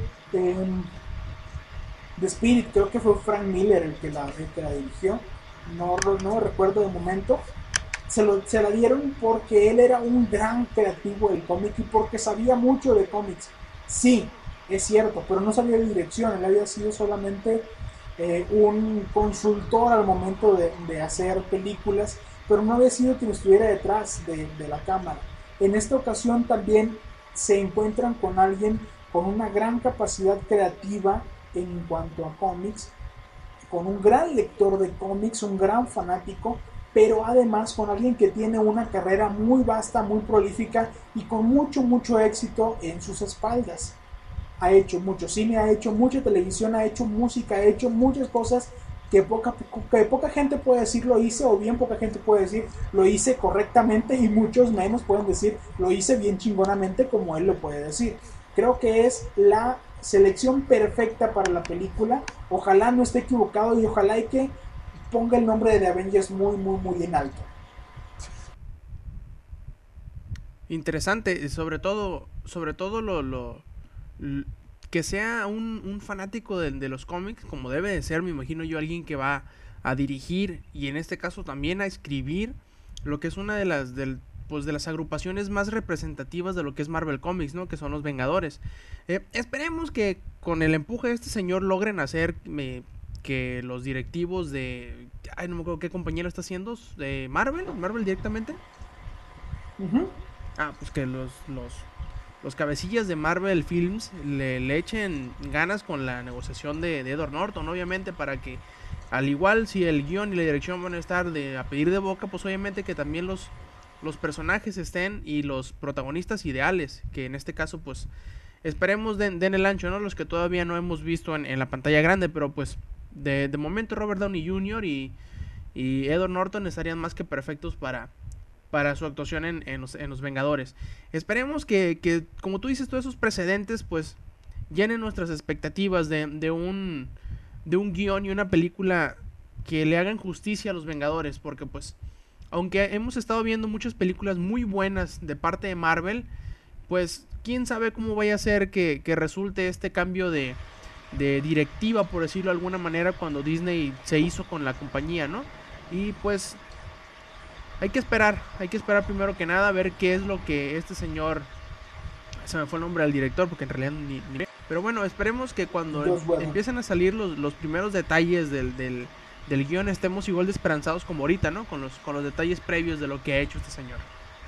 Spirit, creo que fue Frank Miller el que la dirigió, no recuerdo de momento. Se la dieron porque él era un gran creativo del cómic y porque sabía mucho de cómics. Sí, es cierto, pero no sabía de dirección. Él había sido solamente un consultor al momento de hacer películas, pero no había sido quien estuviera detrás de la cámara. En esta ocasión también se encuentran con alguien con una gran capacidad creativa en cuanto a cómics, con un gran lector de cómics, un gran fanático, pero además con alguien que tiene una carrera muy vasta, muy prolífica y con mucho éxito en sus espaldas. Ha hecho mucho cine, ha hecho mucha televisión, ha hecho música, ha hecho muchas cosas que poca gente puede decir lo hice, o bien poca gente puede decir lo hice correctamente, y muchos menos pueden decir lo hice bien chingonamente como él lo puede decir. Creo que es la selección perfecta para la película. Ojalá no esté equivocado y ojalá y que ponga el nombre de The Avengers muy en alto. Interesante, sobre todo que sea un fanático de los cómics, como debe de ser, me imagino yo, alguien que va a dirigir y en este caso también a escribir lo que es una de las agrupaciones más representativas de lo que es Marvel Comics, ¿no? Que son los Vengadores. Esperemos que con el empuje de este señor logren hacer que los directivos de... Ay, no me acuerdo qué compañero está haciendo, de Marvel directamente. Uh-huh. Pues que los cabecillas de Marvel Films le echen ganas con la negociación de Edward Norton, obviamente, para que, al igual si el guión y la dirección van a estar a pedir de boca, pues obviamente que también los personajes estén y los protagonistas ideales, que en este caso pues esperemos den el ancho, ¿no? Los que todavía no hemos visto en la pantalla grande, pero pues de momento Robert Downey Jr. y Edward Norton estarían más que perfectos para su actuación en los Vengadores. Esperemos que, como tú dices, todos esos precedentes pues llenen nuestras expectativas de un guión y una película que le hagan justicia a los Vengadores, porque pues aunque hemos estado viendo muchas películas muy buenas de parte de Marvel, pues quién sabe cómo vaya a ser que resulte este cambio de directiva, por decirlo de alguna manera, cuando Disney se hizo con la compañía, ¿no? Y pues hay que esperar primero que nada a ver qué es lo que este señor, se me fue el nombre del director porque en realidad ni pero bueno, esperemos que cuando empiecen a salir los primeros detalles del guión estemos igual de esperanzados como ahorita, ¿no? Con los detalles previos de lo que ha hecho este señor.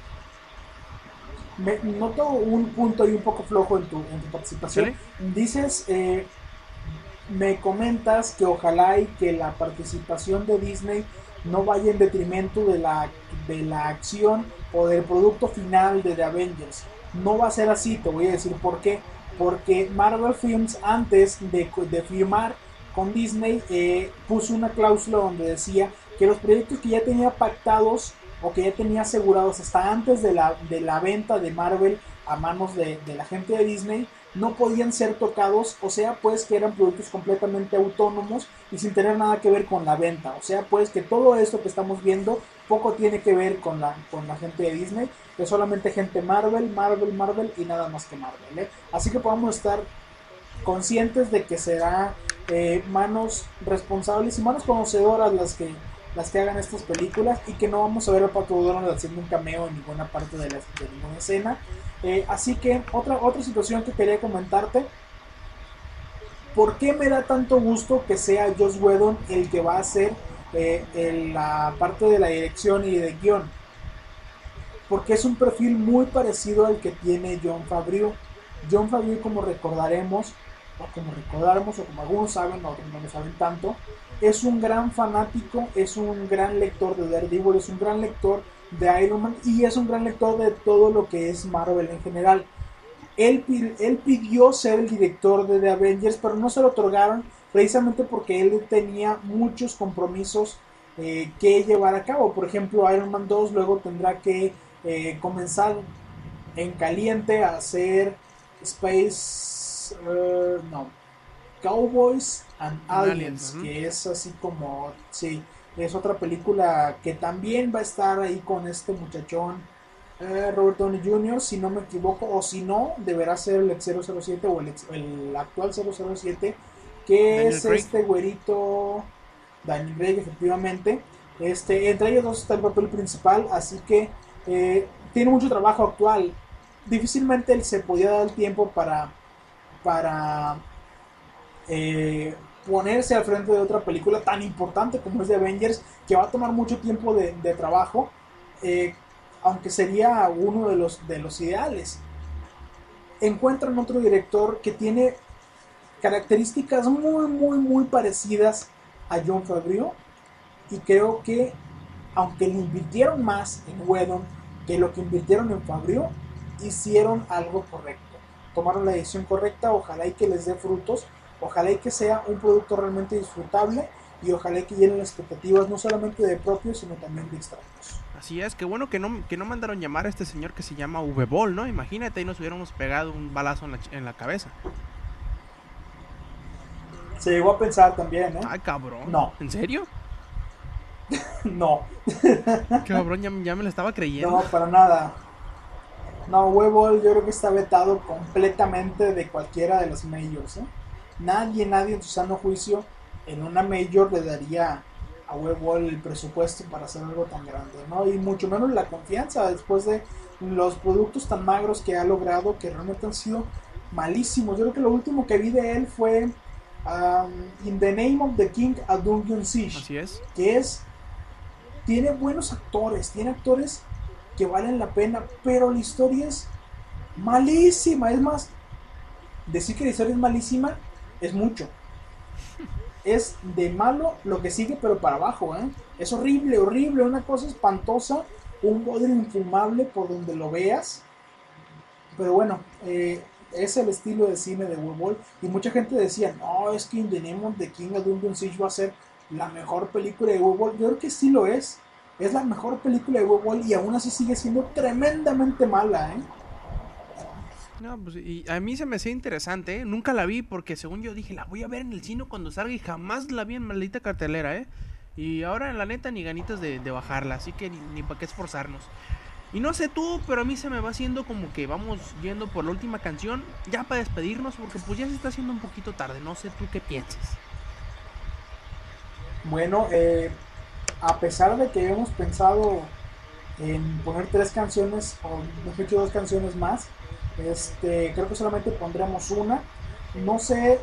Me noto un punto ahí un poco flojo en tu participación. ¿Sí? Dices, me comentas que ojalá y que la participación de Disney no vaya en detrimento de la acción o del producto final de The Avengers. No va a ser así, te voy a decir por qué. Porque Marvel Films, antes de firmar con Disney, puso una cláusula donde decía que los proyectos que ya tenía pactados o que ya tenía asegurados hasta antes de la venta de Marvel a manos de la gente de Disney no podían ser tocados, o sea pues que eran productos completamente autónomos y sin tener nada que ver con la venta, o sea pues que todo esto que estamos viendo poco tiene que ver con la gente de Disney, que es solamente gente Marvel y nada más que Marvel, ¿eh? Así que podamos estar conscientes de que será manos responsables y manos conocedoras las que hagan estas películas, y que no vamos a ver a Pato Donald haciendo un cameo en ninguna parte de ninguna escena. Así que otra situación que quería comentarte: ¿por qué me da tanto gusto que sea Joss Whedon el que va a hacer en la parte de la dirección y de guión, porque es un perfil muy parecido al que tiene Jon Favreau. Jon Favreau, como recordaremos, o como algunos saben, otros no lo saben tanto, es un gran fanático, es un gran lector de Daredevil, es un gran lector de Iron Man y es un gran lector de todo lo que es Marvel en general. Él pidió ser el director de The Avengers, pero no se lo otorgaron precisamente porque él tenía muchos compromisos que llevar a cabo. Por ejemplo, Iron Man 2 luego tendrá que comenzar en caliente a hacer Cowboys and Aliens, que es así como, sí, es otra película que también va a estar ahí con este muchachón Robert Downey Jr., si no me equivoco, o si no, deberá ser el 007 o el actual 007, que Daniel es Craig. Este güerito Daniel Craig, efectivamente. Entre ellos dos está el papel principal, así que tiene mucho trabajo actual. Difícilmente él se podía dar el tiempo para ponerse al frente de otra película tan importante como es The Avengers, que va a tomar mucho tiempo de trabajo, aunque sería uno de los ideales. Encuentran otro director que tiene características muy parecidas a Jon Favreau, y creo que aunque le invirtieron más en Whedon que lo que invirtieron en Favreau, hicieron algo correcto, tomaron la decisión correcta. Ojalá y que les dé frutos, ojalá y que sea un producto realmente disfrutable, y ojalá y que llenen las expectativas no solamente de propios sino también de extraños. Así es, que bueno que no mandaron llamar a este señor que se llama V-Ball, ¿no? Imagínate, ahí nos hubiéramos pegado un balazo en la cabeza. Se llegó a pensar también, ¿eh? Ay, cabrón. No. ¿En serio? No. Cabrón, ya me lo estaba creyendo. No, para nada. No, V-Ball yo creo que está vetado completamente de cualquiera de las majors, ¿eh? Nadie en su sano juicio en una major le daría a V-Ball el presupuesto para hacer algo tan grande, ¿no? Y mucho menos la confianza después de los productos tan magros que ha logrado, que realmente han sido malísimos. Yo creo que lo último que vi de él fue In the Name of the King, A Dungeon Siege. Así es. Que tiene buenos actores, tiene actores que valen la pena, pero la historia es malísima. Es más, decir que la historia es malísima es mucho. Es de malo lo que sigue, pero para abajo, ¿eh? Es horrible, una cosa espantosa, un bodrio infumable por donde lo veas. Pero bueno, es el estilo de cine de V-Ball, y mucha gente decía, no, es que In the Name of the King, A Dungeon Siege va a ser la mejor película de V-Ball. Yo creo que sí lo es la mejor película de V-Ball, y aún así sigue siendo tremendamente mala, ¿eh? No, pues y a mí se me hacía interesante, ¿eh? Nunca la vi porque según yo dije, la voy a ver en el cine cuando salga, y jamás la vi en maldita cartelera, ¿eh? Y ahora en la neta ni ganitas de bajarla, así que ni para qué esforzarnos. Y no sé tú, pero a mí se me va haciendo como que vamos yendo por la última canción, ya para despedirnos, porque pues ya se está haciendo un poquito tarde. No sé tú qué piensas. Bueno, a pesar de que hemos pensado en poner 3 canciones, o mejor dicho 2 canciones más, creo que solamente pondremos una. No sé,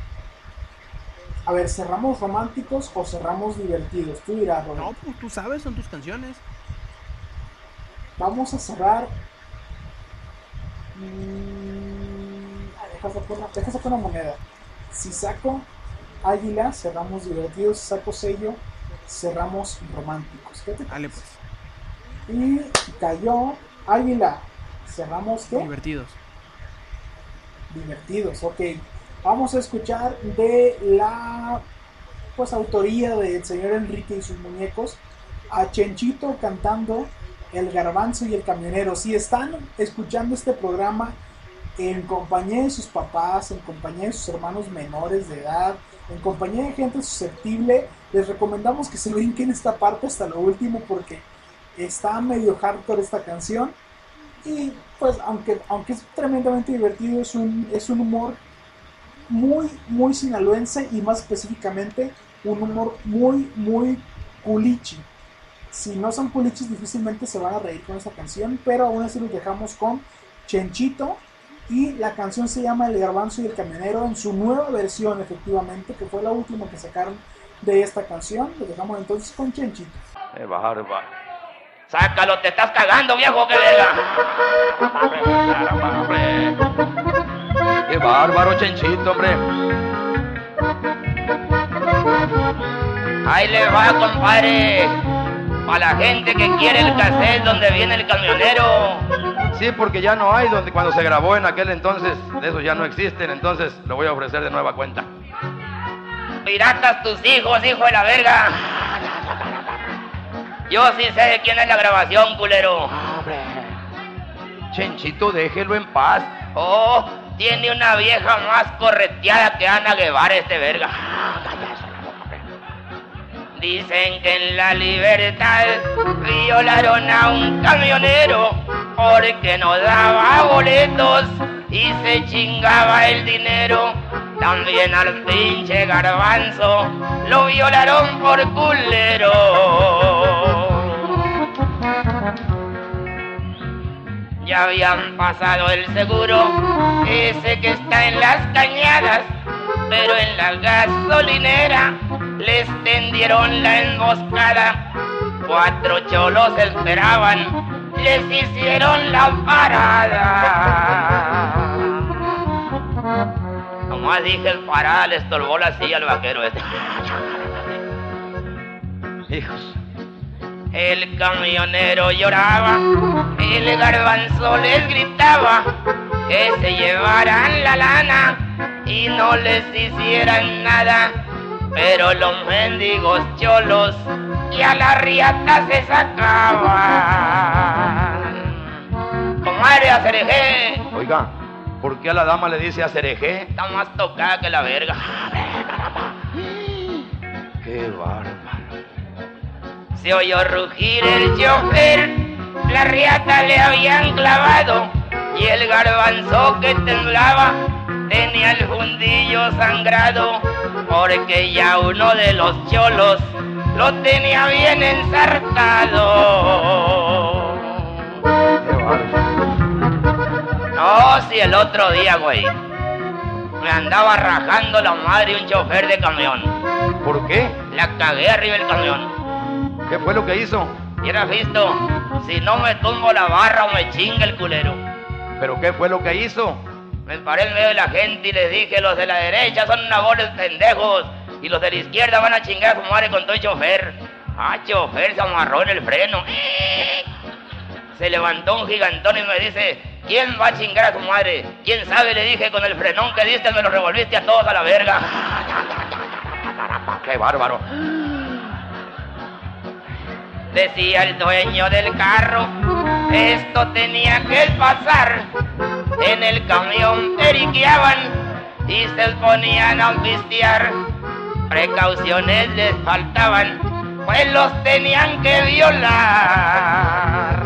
a ver, ¿cerramos románticos o cerramos divertidos? Tú dirás, Robert. No, pues tú sabes, son tus canciones. Vamos a cerrar. Deja sacar una moneda. Si saco Águila, cerramos divertidos. Si saco Sello, cerramos románticos. Dale pues. Y cayó Águila. ¿Cerramos qué? Divertidos, ok. Vamos a escuchar de la autoría del señor Enrique y sus muñecos a Chenchito cantando El Garbanzo y el Camionero. Si están escuchando este programa en compañía de sus papás, en compañía de sus hermanos menores de edad, en compañía de gente susceptible, les recomendamos que se brinquen esta parte hasta lo último, porque está medio hardcore esta canción. Y pues aunque es tremendamente divertido, es un humor muy sinaloense, y más específicamente un humor muy culichi. Si no son culichis, difícilmente se van a reír con esta canción, pero aún así los dejamos con Chenchito, y la canción se llama El Garbanzo y el Camionero, en su nueva versión, efectivamente, que fue la última que sacaron de esta canción. Los dejamos entonces con Chenchito. Qué bárbaro. Sácalo, te estás cagando, viejo, qué verga. Qué bárbaro, Chenchito, hombre. Ahí le va, compadre. A la gente que quiere el cassette donde viene el camionero. Sí, porque ya no hay, donde cuando se grabó en aquel entonces, de esos ya no existen, entonces lo voy a ofrecer de nueva cuenta. Piratas tus hijos, hijo de la verga. Yo sí sé de quién es la grabación, culero. Hombre. Chenchito, déjelo en paz. Oh, tiene una vieja más correteada que Ana Guevara este verga. Dicen que en la Libertad violaron a un camionero porque no daba boletos y se chingaba el dinero. También al pinche Garbanzo lo violaron por culero. Ya habían pasado el seguro, ese que está en las cañadas, pero en la gasolinera les tendieron la emboscada. 4 cholos esperaban, les hicieron la parada. Nomás dije el parada, le estorbó la silla al vaquero este. Hijos. El camionero lloraba, el Garbanzo les gritaba que se llevaran la lana y no les hicieran nada. Pero los mendigos cholos y a la riata se sacaban. Comadre, acerejé. Oiga, ¿por qué a la dama le dice acerejé? Está más tocada que la verga. Qué bárbaro. Se oyó rugir el chofer, la riata le habían clavado y el Garbanzo que temblaba tenía el fundillo sangrado porque ya uno de los cholos lo tenía bien ensartado. No, si el otro día, güey, me andaba rajando la madre un chofer de camión. ¿Por qué? La cagué arriba del camión. ¿Qué fue lo que hizo? Hubieras visto, si no me tumbo la barra o me chinga el culero. ¿Pero qué fue lo que hizo? Me paré en medio de la gente y les dije, los de la derecha son una bola de pendejos y los de la izquierda van a chingar a su madre con todo el chofer. Ah, chofer, se amarró en el freno. Se levantó un gigantón y me dice, ¿quién va a chingar a su madre? ¿Quién sabe? Le dije, con el frenón que diste me lo revolviste a todos a la verga. ¡Qué bárbaro! Decía el dueño del carro, esto tenía que pasar. En el camión periqueaban y se ponían a pistear. Precauciones les faltaban, pues los tenían que violar.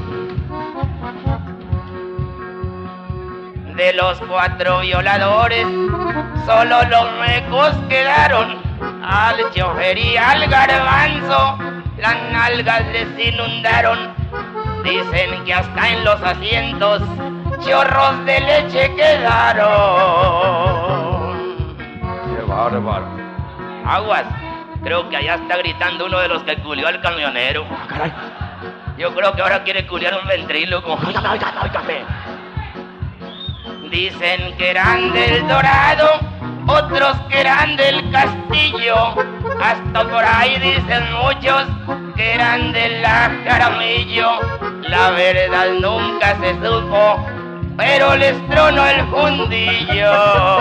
De los 4 violadores, solo los mecos quedaron. Al chofer y al Garbanzo las nalgas les inundaron. Dicen que hasta en los asientos chorros de leche quedaron. ¡Qué bárbaro! Aguas, creo que allá está gritando uno de los que culió al camionero. ¡Caray! Yo creo que ahora quiere culiar un ventríloco. Óigame. Dicen que eran del Dorado, otros que eran del Castillo. Hasta por ahí dicen muchos que eran de la Jaramillo. La verdad nunca se supo, pero les tronó el fundillo.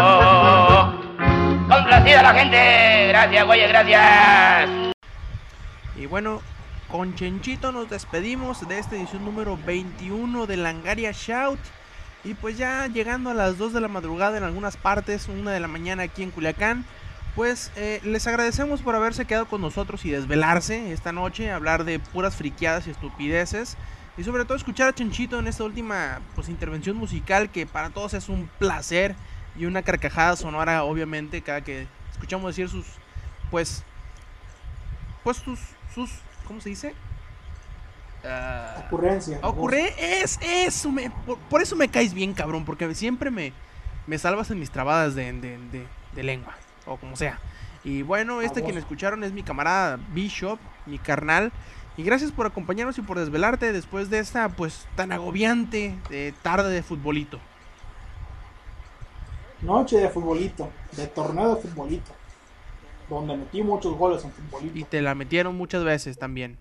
Complacida la gente. Gracias, güey, gracias. Y bueno, con Chenchito nos despedimos de esta edición número 21 de Langaria Shout. Y pues ya llegando a las 2 de la madrugada en algunas partes, 1 de la mañana aquí en Culiacán. Pues les agradecemos por haberse quedado con nosotros y desvelarse esta noche, hablar de puras friqueadas y estupideces. Y sobre todo escuchar a Chenchito en esta última pues intervención musical, que para todos es un placer y una carcajada sonora, obviamente, cada que escuchamos decir sus ¿cómo se dice? Ocurrencia. Por eso me caes bien, cabrón, porque siempre me salvas en mis trabadas de lengua, o como sea. Y bueno, quien escucharon es mi camarada Bishop, mi carnal. Y gracias por acompañarnos y por desvelarte después de esta pues tan agobiante tarde de futbolito. Noche de futbolito, de torneo de futbolito, donde metí muchos goles en futbolito. Y te la metieron muchas veces también.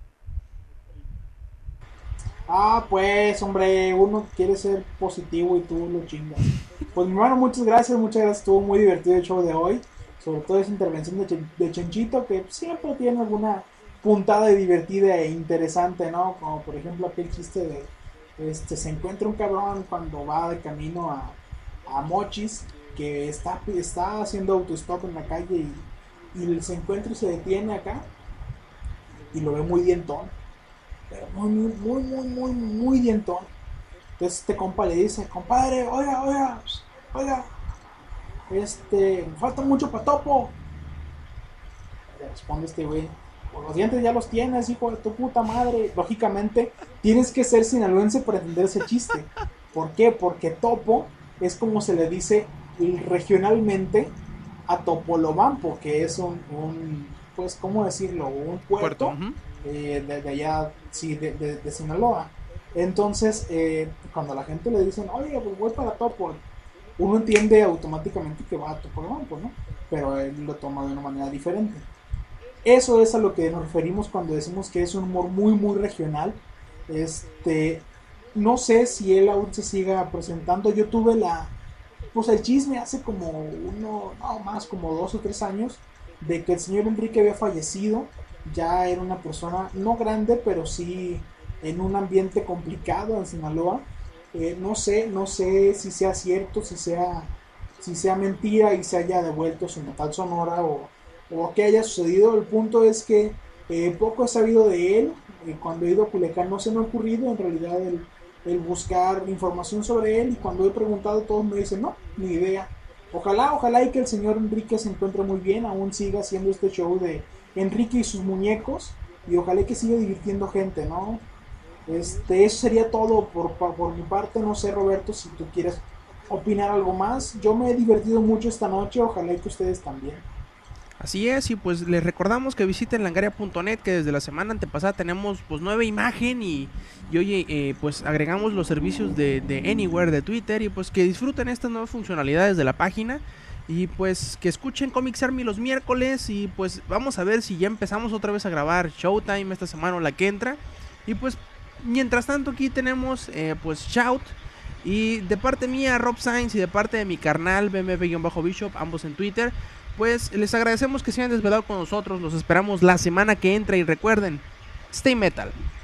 Ah, pues, hombre, uno quiere ser positivo y tú lo chingas. Pues, mi hermano, muchas gracias, estuvo muy divertido el show de hoy. Sobre todo esa intervención de Chenchito, que siempre tiene alguna puntada divertida e interesante, ¿no? Como por ejemplo aquel chiste de, se encuentra un cabrón cuando va de camino a Mochis, que está haciendo autostop en la calle y se encuentra y se detiene acá, y lo ve muy dientón. Pero muy dientón. Entonces este compa le dice, compadre, oiga, me falta mucho pa' topo. Le responde este güey, pues los dientes ya los tienes, hijo de tu puta madre. Lógicamente, tienes que ser sinaloense para entender ese chiste. ¿Por qué? Porque topo es como se le dice regionalmente a Topolobampo, que es un pues, ¿cómo decirlo? Un puerto. Uh-huh. De allá, sí, de Sinaloa. Entonces, cuando a la gente le dicen, oye, pues voy para Topo, uno entiende automáticamente que va a Topolobampo, ¿no? Pero él lo toma de una manera diferente. Eso es a lo que nos referimos cuando decimos que es un humor muy regional. No sé si él aún se siga presentando. Yo tuve el chisme hace como como 2 o 3 años de que el señor Enrique había fallecido. Ya era una persona no grande, pero sí en un ambiente complicado en Sinaloa. No sé si sea cierto, si sea mentira y se haya devuelto su natal Sonora o qué haya sucedido. El punto es que poco he sabido de él. Cuando he ido a Culiacán no se me ha ocurrido en realidad el buscar información sobre él, y cuando he preguntado todos me dicen no, ni idea. Ojalá y que el señor Enrique se encuentre muy bien, aún siga haciendo este show de Enrique y sus muñecos, y ojalá que siga divirtiendo gente, ¿no? Eso sería todo por mi parte. No sé, Roberto, si tú quieres opinar algo más. Yo me he divertido mucho esta noche, ojalá que ustedes también. Así es, y pues les recordamos que visiten langaria.net, que desde la semana antepasada tenemos pues nueva imagen y oye, pues agregamos los servicios de Anywhere, de Twitter, y pues que disfruten estas nuevas funcionalidades de la página. Y pues que escuchen Comics Army los miércoles. Y pues vamos a ver si ya empezamos otra vez a grabar Showtime esta semana o la que entra. Y pues mientras tanto aquí tenemos pues Shout. Y de parte mía Rob Sainz y de parte de mi carnal BMB-Bishop, ambos en Twitter, pues les agradecemos que se hayan desvelado con nosotros. Los esperamos la semana que entra y recuerden, stay metal.